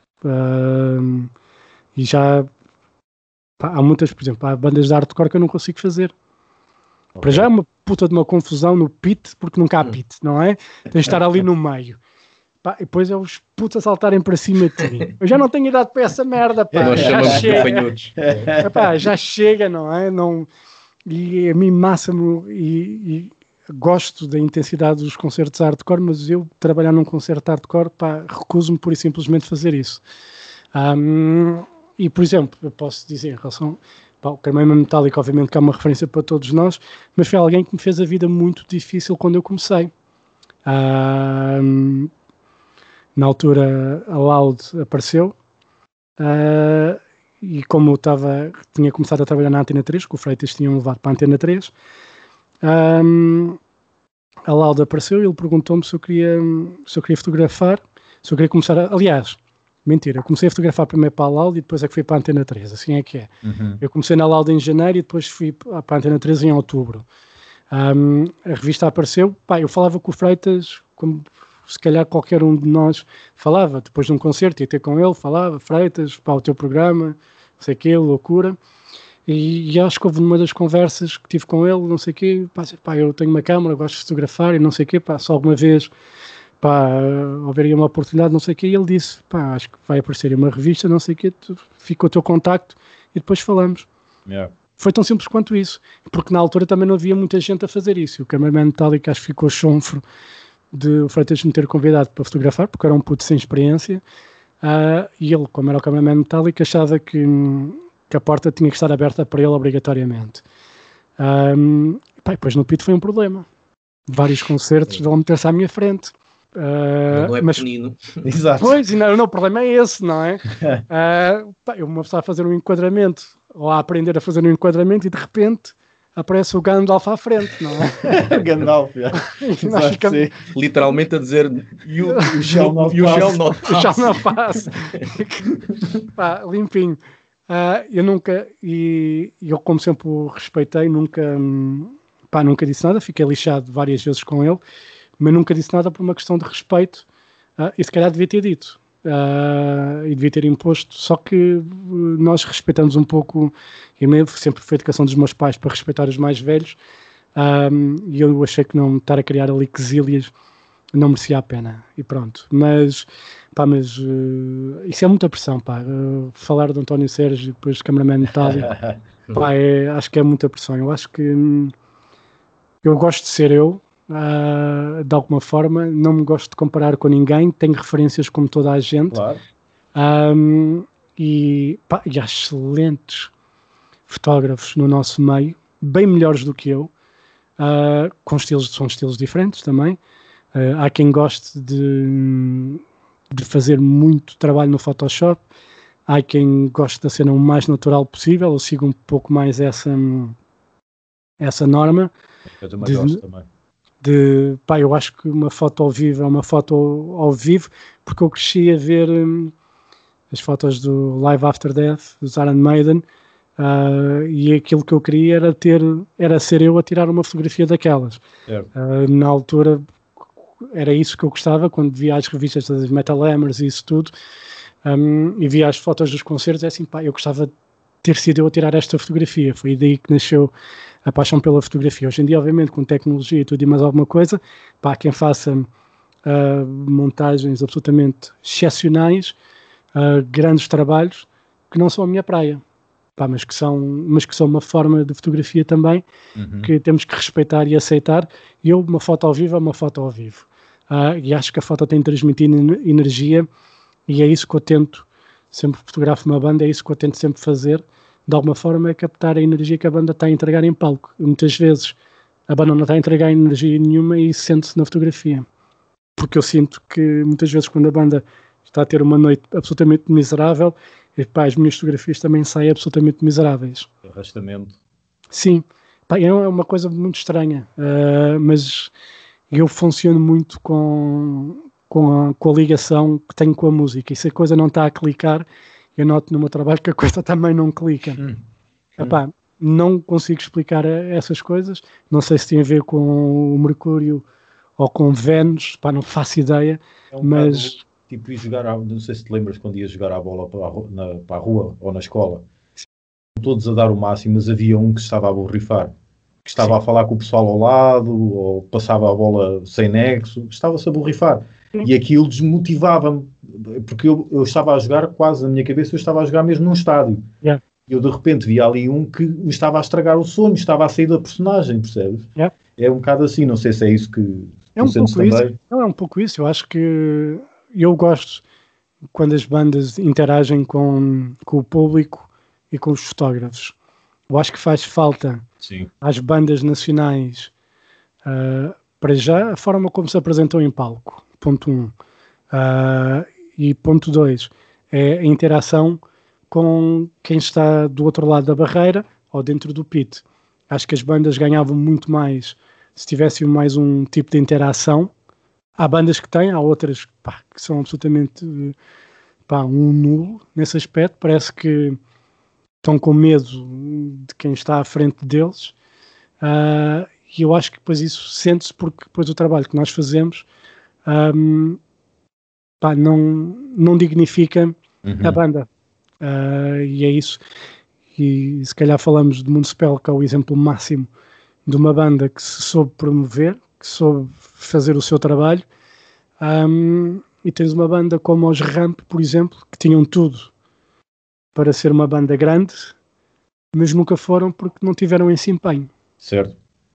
E já há muitas, por exemplo, há bandas de hardcore que eu não consigo fazer. Okay. Para já é uma puta de uma confusão no pit, porque nunca há pit, não é? Tens de estar ali no meio. E depois é os putos a saltarem para cima de ti. Eu já não tenho idade para essa merda, Nós já chega. Já chega, não é? E a mim massa-me e gosto da intensidade dos concertos hardcore, mas eu trabalhar num concerto hardcore, recuso-me pura e simplesmente fazer isso. E, por exemplo, eu posso dizer em relação o Cameraman Metálico, obviamente que é uma referência para todos nós, mas foi alguém que me fez a vida muito difícil quando eu comecei. Na altura a Loud apareceu, e como eu tinha começado a trabalhar na Antena 3, que o Freitas tinha levado para a Antena 3, a Loud apareceu e ele perguntou-me se eu queria fotografar, se eu queria começar aliás, mentira, eu comecei a fotografar primeiro para a Loud e depois é que fui para a Antena 3, assim é que é. Eu comecei na Loud em janeiro e depois fui para a Antena 3 em outubro. A revista apareceu, eu falava com o Freitas, como se calhar qualquer um de nós falava, depois de um concerto ia ter com ele, falava, Freitas, o teu programa, não sei o quê, loucura. E acho que houve numa das conversas que tive com ele, não sei o quê, eu tenho uma câmera, gosto de fotografar e não sei o quê, só alguma vez houveria uma oportunidade, não sei o quê, e ele disse, acho que vai aparecer em uma revista, não sei o quê, fica o teu contacto e depois falamos. Yeah. Foi tão simples quanto isso, porque na altura também não havia muita gente a fazer isso, e o Cameraman Metálico acho que ficou chonfro de o Freitas me ter convidado para fotografar, porque era um puto sem experiência, e ele, como era o Cameraman Metálico, achava que a porta tinha que estar aberta para ele obrigatoriamente. Depois no pit foi um problema. Vários concertos vão meter-se à minha frente. Não é pequenino. Exato. Pois, não, o problema é esse, não é? Eu uma pessoa a fazer um enquadramento, ou a aprender a fazer um enquadramento e de repente aparece o Gandalf à frente, não é? O Gandalf, literalmente a dizer you shall not pass. Limpinho. Eu como sempre o respeitei, nunca disse nada, fiquei lixado várias vezes com ele, mas nunca disse nada por uma questão de respeito, e se calhar devia ter dito, e devia ter imposto, só que nós respeitamos um pouco, e sempre foi a educação dos meus pais para respeitar os mais velhos, e eu achei que não estar a criar ali quesílias não merecia a pena, e pronto, mas isso é muita pressão, falar de António Sérgio, depois de Cameraman Metálico, acho que é muita pressão. Eu acho que eu gosto de ser eu, de alguma forma, não me gosto de comparar com ninguém, tenho referências como toda a gente. Claro. E há excelentes fotógrafos no nosso meio, bem melhores do que eu, são estilos diferentes também. Há quem goste de fazer muito trabalho no Photoshop, há quem goste da cena o mais natural possível, eu sigo um pouco mais essa norma. Eu também gosto também. Eu acho que uma foto ao vivo é uma foto ao vivo, porque eu cresci a ver as fotos do Live After Death, dos Iron Maiden, e aquilo que eu queria era ser eu a tirar uma fotografia daquelas. Na altura era isso que eu gostava, quando via as revistas das Metal Hammers e isso tudo, e via as fotos dos concertos, é assim, eu gostava de ter sido eu a tirar esta fotografia. Foi daí que nasceu a paixão pela fotografia. Hoje em dia, obviamente, com tecnologia e tudo e mais alguma coisa, quem faça montagens absolutamente excepcionais, grandes trabalhos, que não são a minha praia, mas que são uma forma de fotografia também, que temos que respeitar e aceitar. E uma foto ao vivo é uma foto ao vivo. E acho que a foto tem de transmitir energia, e é isso que eu tento, sempre fotografo uma banda, é isso que eu tento sempre fazer, de alguma forma, é captar a energia que a banda está a entregar em palco. Muitas vezes a banda não está a entregar energia nenhuma e sente-se na fotografia. Porque eu sinto que muitas vezes quando a banda está a ter uma noite absolutamente miserável, as minhas fotografias também saem absolutamente miseráveis. Arrastamento. Sim. É uma coisa muito estranha, mas eu funciono muito com a ligação que tenho com a música. E se a coisa não está a clicar, eu noto no meu trabalho que a coisa também não clica. Não consigo explicar essas coisas. Não sei se tem a ver com o Mercúrio ou com Vênus, não faço ideia. Mas tipo, ir jogar, não sei se te lembras quando ias jogar a bola para a rua ou na escola, todos a dar o máximo, mas havia um que estava a borrifar, que estava a falar com o pessoal ao lado, ou passava a bola sem nexo, estava-se a borrifar. E aquilo desmotivava-me, porque eu estava a jogar, quase na minha cabeça, eu estava a jogar mesmo num estádio. Yeah. E eu de repente via ali um que me estava a estragar o sonho, estava a sair da personagem, percebes? Yeah. É um bocado assim, não sei se é isso que é um pouco também. Isso. Não, é um pouco isso. Eu acho que eu gosto quando as bandas interagem com o público e com os fotógrafos. Eu acho que faz falta às bandas nacionais, para já, a forma como se apresentam em palco. Ponto 1. E ponto 2 é a interação com quem está do outro lado da barreira ou dentro do pit. Acho que as bandas ganhavam muito mais se tivessem mais um tipo de interação. Há bandas que têm, há outras que são absolutamente um nulo nesse aspecto. Parece que estão com medo de quem está à frente deles. E eu acho que depois isso sente-se, porque depois o trabalho que nós fazemos não dignifica a banda. E é isso. E se calhar falamos de Municipal, que é o exemplo máximo de uma banda que se soube promover, que soube fazer o seu trabalho. E tens uma banda como os Ramp, por exemplo, que tinham tudo para ser uma banda grande, mas nunca foram porque não tiveram esse empenho. Certo.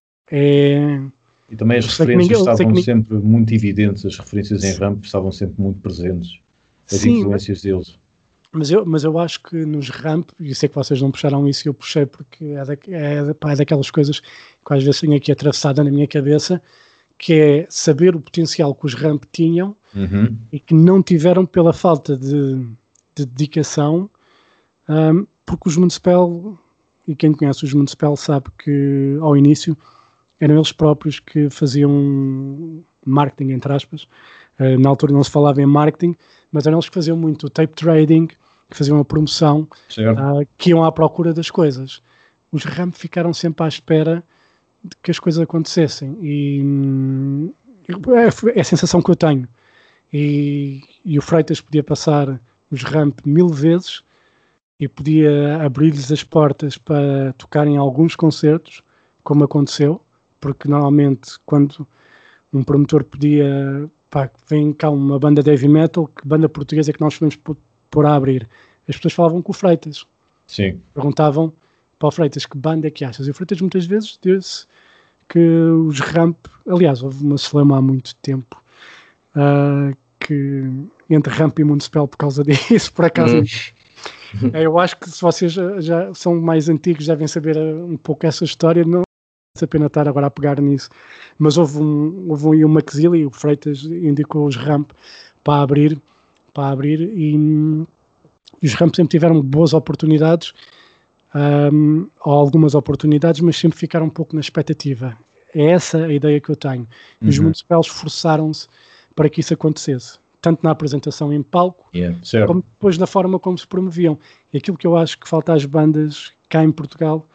E também as referências estavam sempre muito evidentes, as referências em Ramp estavam sempre muito presentes, as influências deles. Mas eu acho que nos Ramp, e sei que vocês não puxaram isso, eu puxei porque é daquelas coisas que às vezes tenho aqui atravessada na minha cabeça, que é saber o potencial que os Ramp tinham e que não tiveram pela falta de dedicação, porque os Municipal, e quem conhece os Municipal sabe que ao início eram eles próprios que faziam marketing, entre aspas. Na altura não se falava em marketing, mas eram eles que faziam muito tape trading, que faziam a promoção, que iam à procura das coisas. Os Ramp ficaram sempre à espera de que as coisas acontecessem, e é a sensação que eu tenho. E o Freitas podia passar os Ramp 1000 vezes e podia abrir-lhes as portas para tocarem alguns concertos, como aconteceu, porque normalmente quando um promotor pedia, vem cá uma banda de heavy metal, que banda portuguesa é que nós vamos pôr a abrir? As pessoas falavam com o Freitas. Sim. Perguntavam para o Freitas, que banda é que achas? E o Freitas muitas vezes disse que os Ramp, aliás, houve uma celeuma há muito tempo que entre Ramp e Municipal por causa disso, por acaso. Eu acho que se vocês já são mais antigos, devem saber um pouco essa história, não vale a pena estar agora a pegar nisso, mas houve um Maxili, o Freitas indicou os Ramp para abrir e os Ramp sempre tiveram boas oportunidades, ou algumas oportunidades, mas sempre ficaram um pouco na expectativa. É essa a ideia que eu tenho. E os Municipais esforçaram-se para que isso acontecesse, tanto na apresentação em palco, como depois na forma como se promoviam. E aquilo que eu acho que falta às bandas cá em Portugal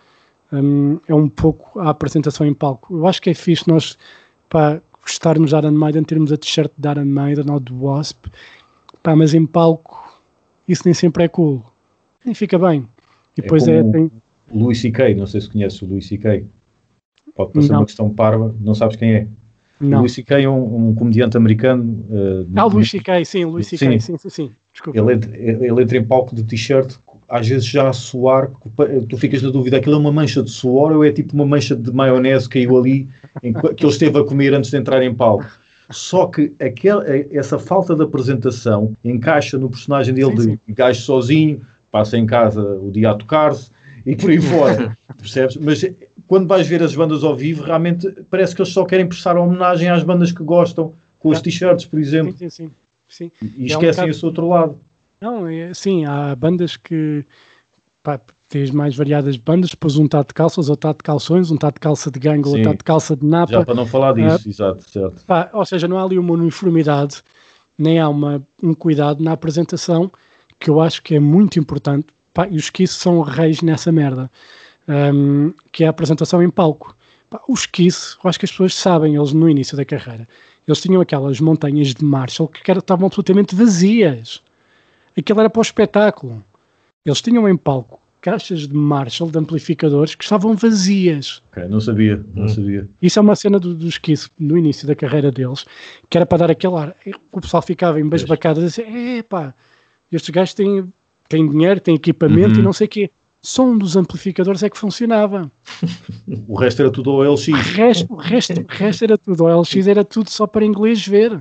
é um pouco a apresentação em palco. Eu acho que é fixe nós gostarmos de Iron Maiden, termos a t-shirt de Iron Maiden ou do Wasp, mas em palco isso nem sempre é cool, nem fica bem. E depois tem... O Louis C.K., não sei se conheces o Louis C.K., pode parecer uma questão parva, não sabes quem é. Não. O Louis C.K. é um comediante americano. O Louis C.K., sim, o Louis C.K., sim. Desculpa. Ele entra em palco de t-shirt, às vezes já a suar, tu ficas na dúvida, aquilo é uma mancha de suor ou é tipo uma mancha de maionese que caiu ali, que ele esteve a comer antes de entrar em palco. Só que essa falta de apresentação encaixa no personagem dele de gajo sozinho, passa em casa o dia a tocar-se e por aí fora, percebes? Mas quando vais ver as bandas ao vivo, realmente parece que eles só querem prestar homenagem às bandas que gostam, com os t-shirts, por exemplo. Sim. E esquecem esse outro lado. Não, sim, há bandas que tens mais variadas bandas, depois um está de calças, outro está de calções, um está de calça de ganga, outro está de calça de napa. Já para não falar disso, exato, certo. Ou seja, não há ali uma uniformidade, nem há um cuidado na apresentação, que eu acho que é muito importante, e os Kiss são reis nessa merda, que é a apresentação em palco. Os Kiss, eu acho que as pessoas sabem, eles no início da carreira, eles tinham aquelas montanhas de Marshall que estavam absolutamente vazias. Aquilo era para o espetáculo. Eles tinham em palco caixas de Marshall, de amplificadores, que estavam vazias. Ok, não sabia. Isso é uma cena dos Kiss, no início da carreira deles, que era para dar aquele ar. O pessoal ficava embasbacado a dizer, estes gajos têm dinheiro, têm equipamento e não sei o quê. Só um dos amplificadores é que funcionava. O resto era tudo OLX. O resto era tudo OLX, era tudo só para inglês ver.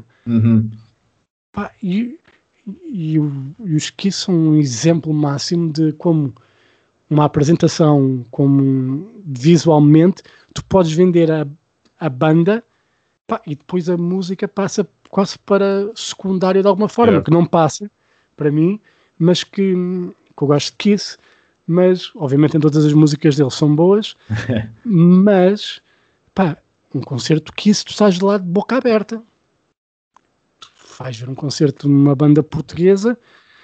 E os Kiss são um exemplo máximo de como uma apresentação, como visualmente, tu podes vender a banda e depois a música passa quase para secundária de alguma forma, que não passa para mim, mas que eu gosto de Kiss, mas obviamente em todas as músicas deles são boas, mas um concerto Kiss tu estás de lá de boca aberta. Vais ver um concerto de uma banda portuguesa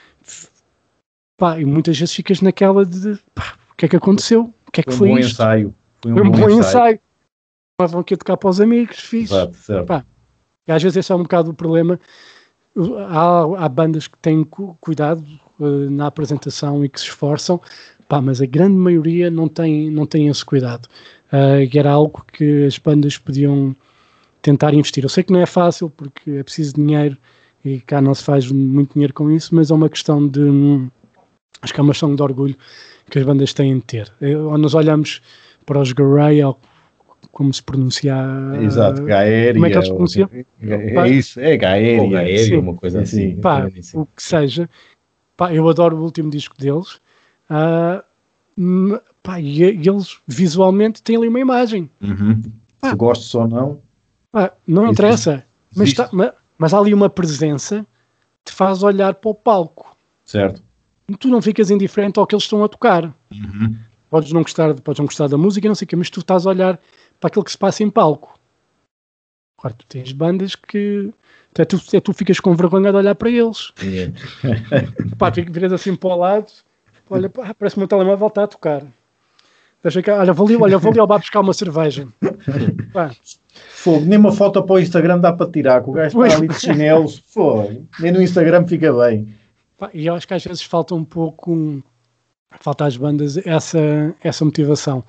e muitas vezes ficas naquela de o que é que aconteceu? O que é que foi isto? Foi um bom ensaio. Vão aqui a tocar para os amigos, fixe. Exato, certo. E às vezes esse é um bocado o problema. Há bandas que têm cuidado na apresentação e que se esforçam, mas a grande maioria não tem esse cuidado. E era algo que as bandas podiam tentar investir. Eu sei que não é fácil porque é preciso dinheiro e cá não se faz muito dinheiro com isso, mas é uma questão acho que é uma questão de orgulho que as bandas têm de ter. Nós olhamos para os Garay, ou como se pronuncia. Exato, Gaéria. Como é que eles pronunciam? É isso, é Gaéria. Gaéria, uma coisa assim. O que seja. Eu adoro o último disco deles. E eles visualmente têm ali uma imagem. Se gostes ou não. Não interessa, mas há ali uma presença que te faz olhar para o palco. Certo. Tu não ficas indiferente ao que eles estão a tocar. Podes não gostar da música, não sei o quê, mas tu estás a olhar para aquilo que se passa em palco. Agora, tu tens bandas que tu ficas com vergonha de olhar para eles. Viras assim para o lado, olha, parece que o meu telemóvel está a tocar. Vou ali ao bar buscar uma cerveja. Fogo, nem uma foto para o Instagram dá para tirar, que o gajo está ali de chinelos. Fogo, nem no Instagram fica bem. E eu acho que às vezes falta um pouco, falta às bandas essa motivação.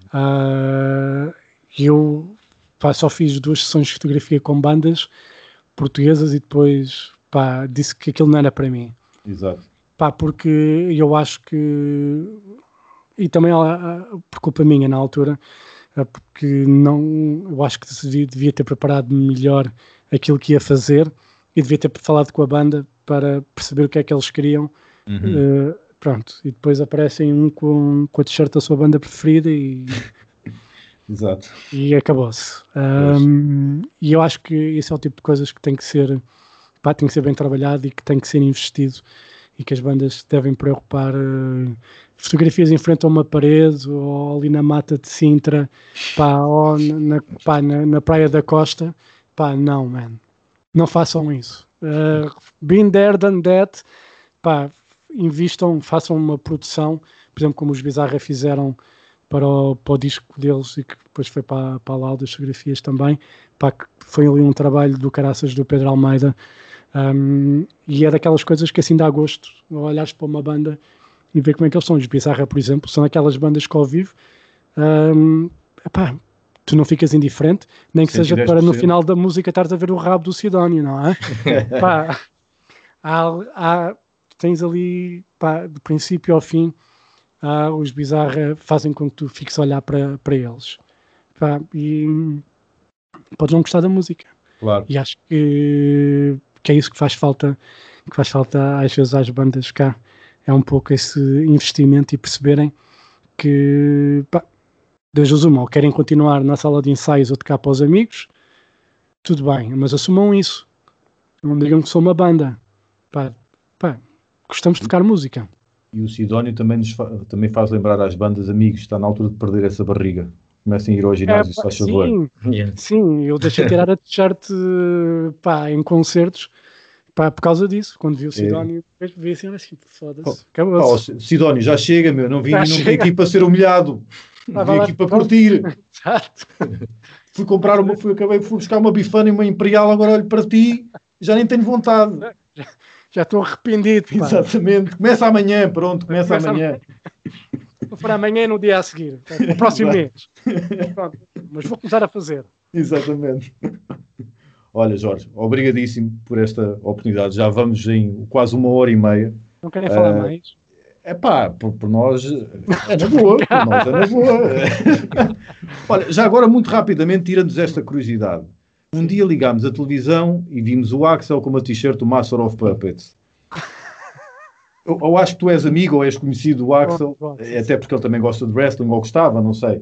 Eu só fiz 2 sessões de fotografia com bandas portuguesas e depois disse que aquilo não era para mim. Exato. Porque eu acho que, e também por culpa minha na altura, porque não, eu acho que devia ter preparado melhor aquilo que ia fazer e devia ter falado com a banda para perceber o que é que eles queriam. Pronto, e depois aparecem com a t-shirt da sua banda preferida e Exato. E acabou-se. E eu acho que isso é o tipo de coisas que tem que ser bem trabalhado e que tem que ser investido e que as bandas devem preocupar. Fotografias em frente a uma parede ou ali na mata de Sintra, ou na praia da Costa, não, man. Não façam isso. Been there, done that. Invistam, façam uma produção, por exemplo, como os Bizarra fizeram para o disco deles e que depois foi para a Loud, das fotografias também, que foi ali um trabalho do caraças do Pedro Almeida, e é daquelas coisas que assim dá gosto, olhares para uma banda e ver como é que eles são. Os Bizarra, por exemplo, são aquelas bandas que ao vivo tu não ficas indiferente, nem que 110%. Seja para no final da música estares a ver o rabo do Sidónio, não é? Tens ali, do princípio ao fim, os Bizarra fazem com que tu fiques a olhar para eles. E podes não gostar da música. Claro. E acho que é isso que faz falta às vezes às bandas cá. É um pouco esse investimento e perceberem que, Deus uma, ou querem continuar na sala de ensaios ou tocar para os amigos, tudo bem, mas assumam isso. Não digam que sou uma banda. Gostamos de tocar música. E o Sidónio também faz lembrar às bandas amigos, está na altura de perder essa barriga. Comecem a ir ao ginásio, se faz favor. Sim, eu deixei tirar a t-shirt em concertos por causa disso. Quando vi o Sidónio, vi assim, foda-se. Sidónio, já chega, meu. Não vim aqui para ser humilhado. Vim aqui para curtir. Exato. Fui buscar uma bifana e uma imperial, agora olho para ti, já nem tenho vontade. Já estou arrependido. Exatamente. Começa amanhã, pronto, começa amanhã. Vou para amanhã e no dia a seguir, no próximo mês. Pronto, mas vou começar a fazer. Exatamente. Olha, Jorge, obrigadíssimo por esta oportunidade. Já vamos em quase 1h30. Não querem falar mais? Por nós é na boa. Por nós é na boa. Olha, já agora, muito rapidamente, tira-nos esta curiosidade. Um dia ligámos a televisão e vimos o Axl com uma t-shirt do Master of Puppets. Eu acho que tu és amigo ou és conhecido do Axl, até porque ele também gosta de wrestling, ou gostava, não sei.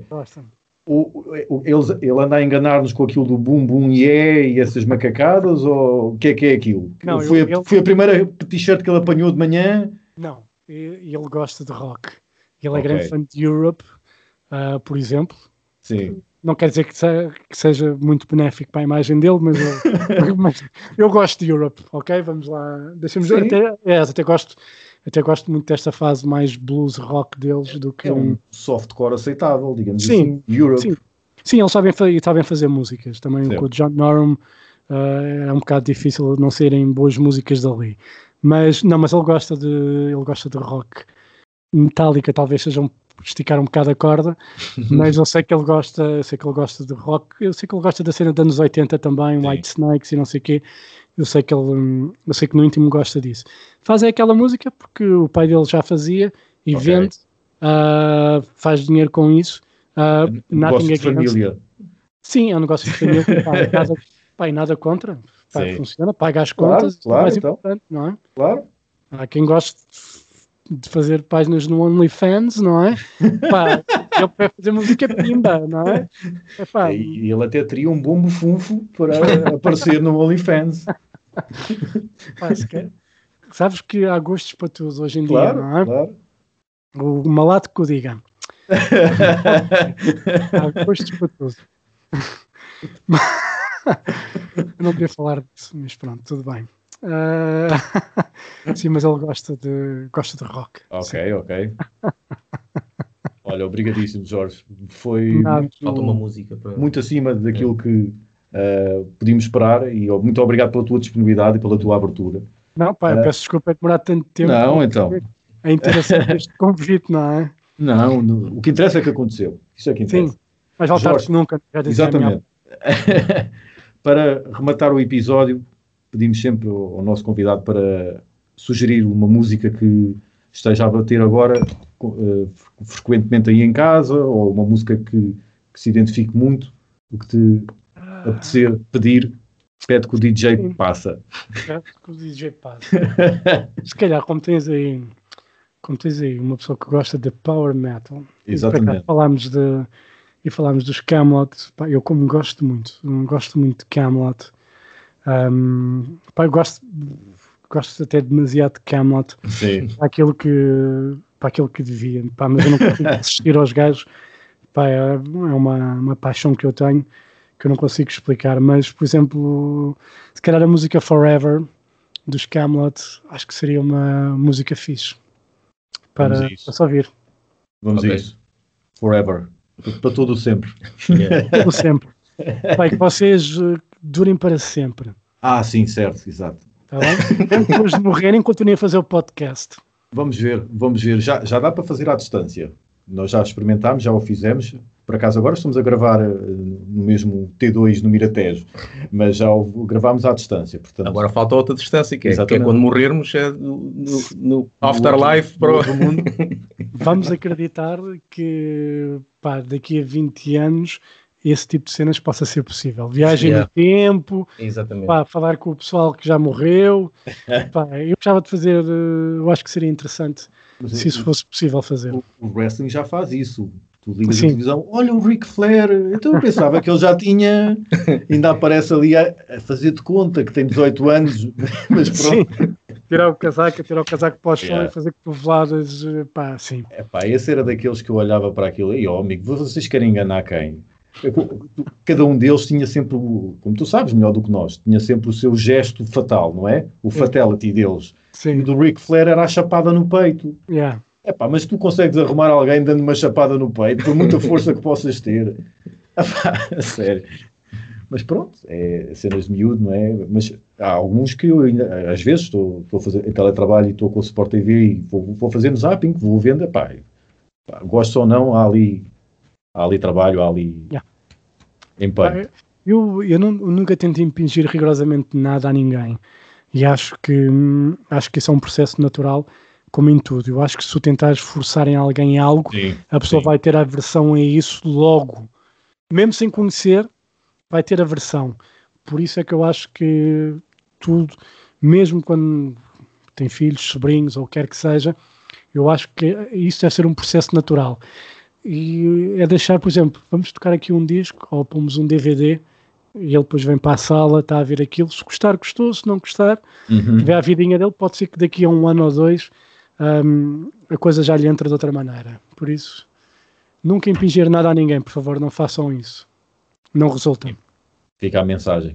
Ele anda a enganar-nos com aquilo do boom boom yeah e essas macacadas, ou o que é aquilo? Não, foi a primeira t-shirt que ele apanhou de manhã? Não, ele gosta de rock. Ele é grande fã de Europe, por exemplo. Sim. Não quer dizer que seja muito benéfico para a imagem dele, mas eu gosto de Europe, ok? Vamos lá. Até gosto muito desta fase mais blues rock deles do que um softcore aceitável, digamos assim. Europe. Sim, eles sabem fazer músicas. Também com o John Norum é um bocado difícil não serem boas músicas dali. Mas ele gosta de rock. Metallica talvez seja esticar um bocado a corda, mas eu sei que ele gosta de rock, eu sei que ele gosta da cena dos anos 80 também, sim. White Snakes e não sei o quê, eu sei que no íntimo gosta disso. Fazem aquela música porque o pai dele já fazia e vende, faz dinheiro com isso. Negócio de família. Sim, é um negócio de família. E nada contra. Funciona, paga as contas, claro, é mais importante, não é? Claro. Há quem goste de fazer páginas no OnlyFans, não é? Ele quer fazer música pimba, não é? E ele até teria um bom bufunfo para aparecer no OnlyFans. Sabes que há gostos para tudo hoje em dia, não é? Claro. O malato que o diga. Há gostos para tudo. Eu não queria falar disso, mas pronto, tudo bem. Sim, mas ele gosta de rock. Ok. Olha, obrigadíssimo, Jorge. Foi muito acima daquilo que podíamos esperar e muito obrigado pela tua disponibilidade e pela tua abertura. Não, eu peço desculpa por demorar tanto tempo. Não, então. A interação deste convite, não é? Não, o que interessa é que aconteceu. Isso é que interessa. Sim, mas voltar que nunca. Exatamente. Para rematar o episódio, pedimos sempre ao nosso convidado para sugerir uma música que esteja a bater agora frequentemente aí em casa, ou uma música que que se identifique muito, o que te apetecer pedir, pede que o DJ passa. Pede que o DJ passa. Se calhar, como tens aí uma pessoa que gosta de power metal, exatamente. Falámos dos Kamelot, pá, eu como gosto muito de Kamelot, pá, eu gosto até demasiado de Kamelot, para aquilo que devia, pá, mas eu não consigo assistir aos gajos, pá, é uma paixão que eu tenho, que eu não consigo explicar, mas, por exemplo, se calhar a música Forever dos Kamelot, acho que seria uma música fixe para só ouvir. Vamos a isso. Forever. Para todo sempre. Todo sempre. Pai, que vocês durem para sempre. Sim, certo, exato. Está bem? Depois de morrerem, continuem a fazer o podcast. Vamos ver. Já dá para fazer à distância. Nós já experimentámos, já o fizemos. Por acaso agora estamos a gravar no mesmo T2 no Miratejo, mas já gravámos à distância. Portanto, agora falta outra distância, que é quando morrermos no afterlife para o mundo. Vamos acreditar que daqui a 20 anos esse tipo de cenas possa ser possível. Viagem no tempo, falar com o pessoal que já morreu. Eu gostava de fazer, eu acho que seria interessante se isso fosse possível fazer. O wrestling já faz isso. Tu ligas a televisão, olha o Ric Flair, então eu pensava que ele já tinha, ainda aparece ali a fazer de conta que tem 18 anos, mas pronto. Sim. Tirar o casaco para o chão e fazer cotoveladas, sim. Esse era daqueles que eu olhava para aquilo, e amigo, vocês querem enganar quem? Cada um deles tinha sempre, como tu sabes melhor do que nós, tinha sempre o seu gesto fatal, não é? O fatality deles. Sim. E do Ric Flair era a chapada no peito. Mas tu consegues arrumar alguém dando uma chapada no peito, por muita força que possas ter. Sério. Mas pronto, é cenas de miúdo, não é? Mas há alguns que eu ainda, às vezes, estou a fazer em teletrabalho e estou com o Sport TV e vou fazendo zapping, vou vendo, gosto ou não, há ali trabalho, há ali empenho. Eu nunca tento impingir rigorosamente nada a ninguém. E acho que isso é um processo natural, como em tudo. Eu acho que se tu tentares forçar em alguém algo, a pessoa vai ter aversão a isso logo. Mesmo sem conhecer, vai ter aversão. Por isso é que eu acho que tudo, mesmo quando tem filhos, sobrinhos ou quer que seja, eu acho que isso deve ser um processo natural. E é deixar, por exemplo, vamos tocar aqui um disco ou pomos um DVD e ele depois vem para a sala, está a ver aquilo, se gostar, gostou, se não gostar, vê a vidinha dele, pode ser que daqui a 1 ano ou 2 a coisa já lhe entra de outra maneira. Por isso, nunca impingir nada a ninguém, por favor, não façam isso. Não resultem. Fica a mensagem.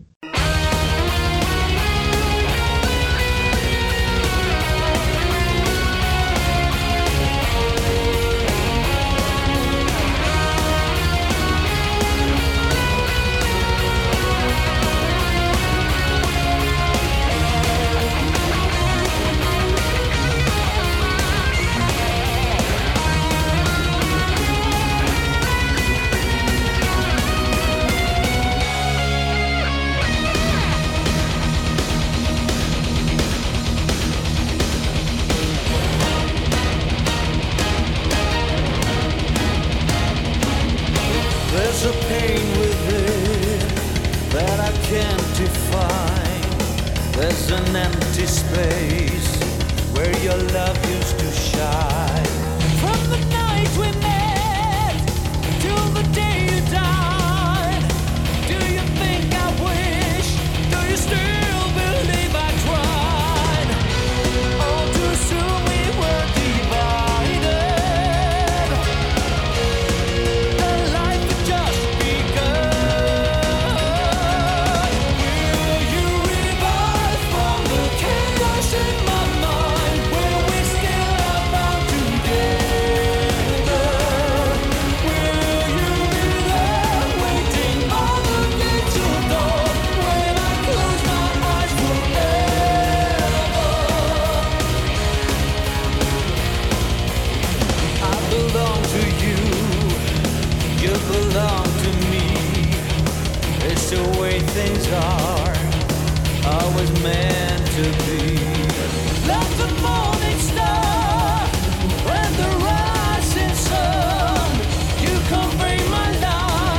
When the rising sun, you come bring my life.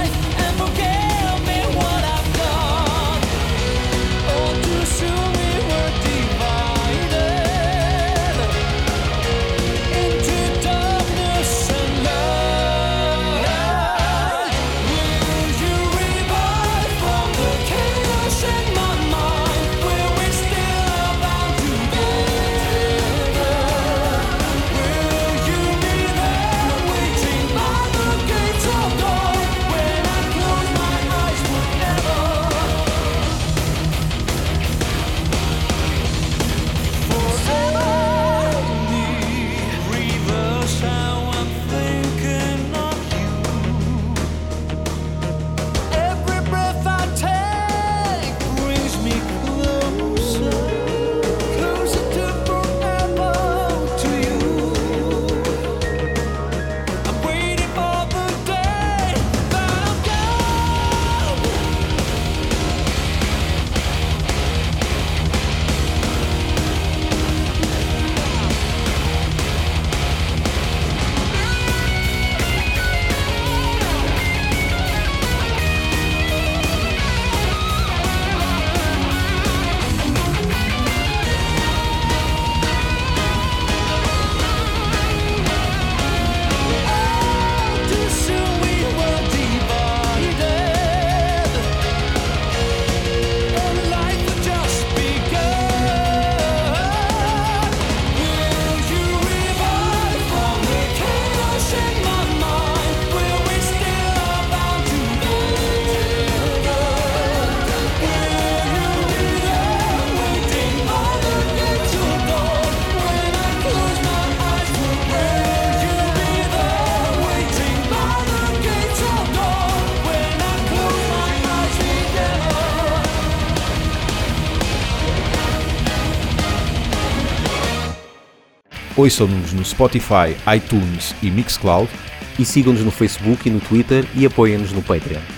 Ouçam-nos no Spotify, iTunes e Mixcloud. E sigam-nos no Facebook e no Twitter e apoiem-nos no Patreon.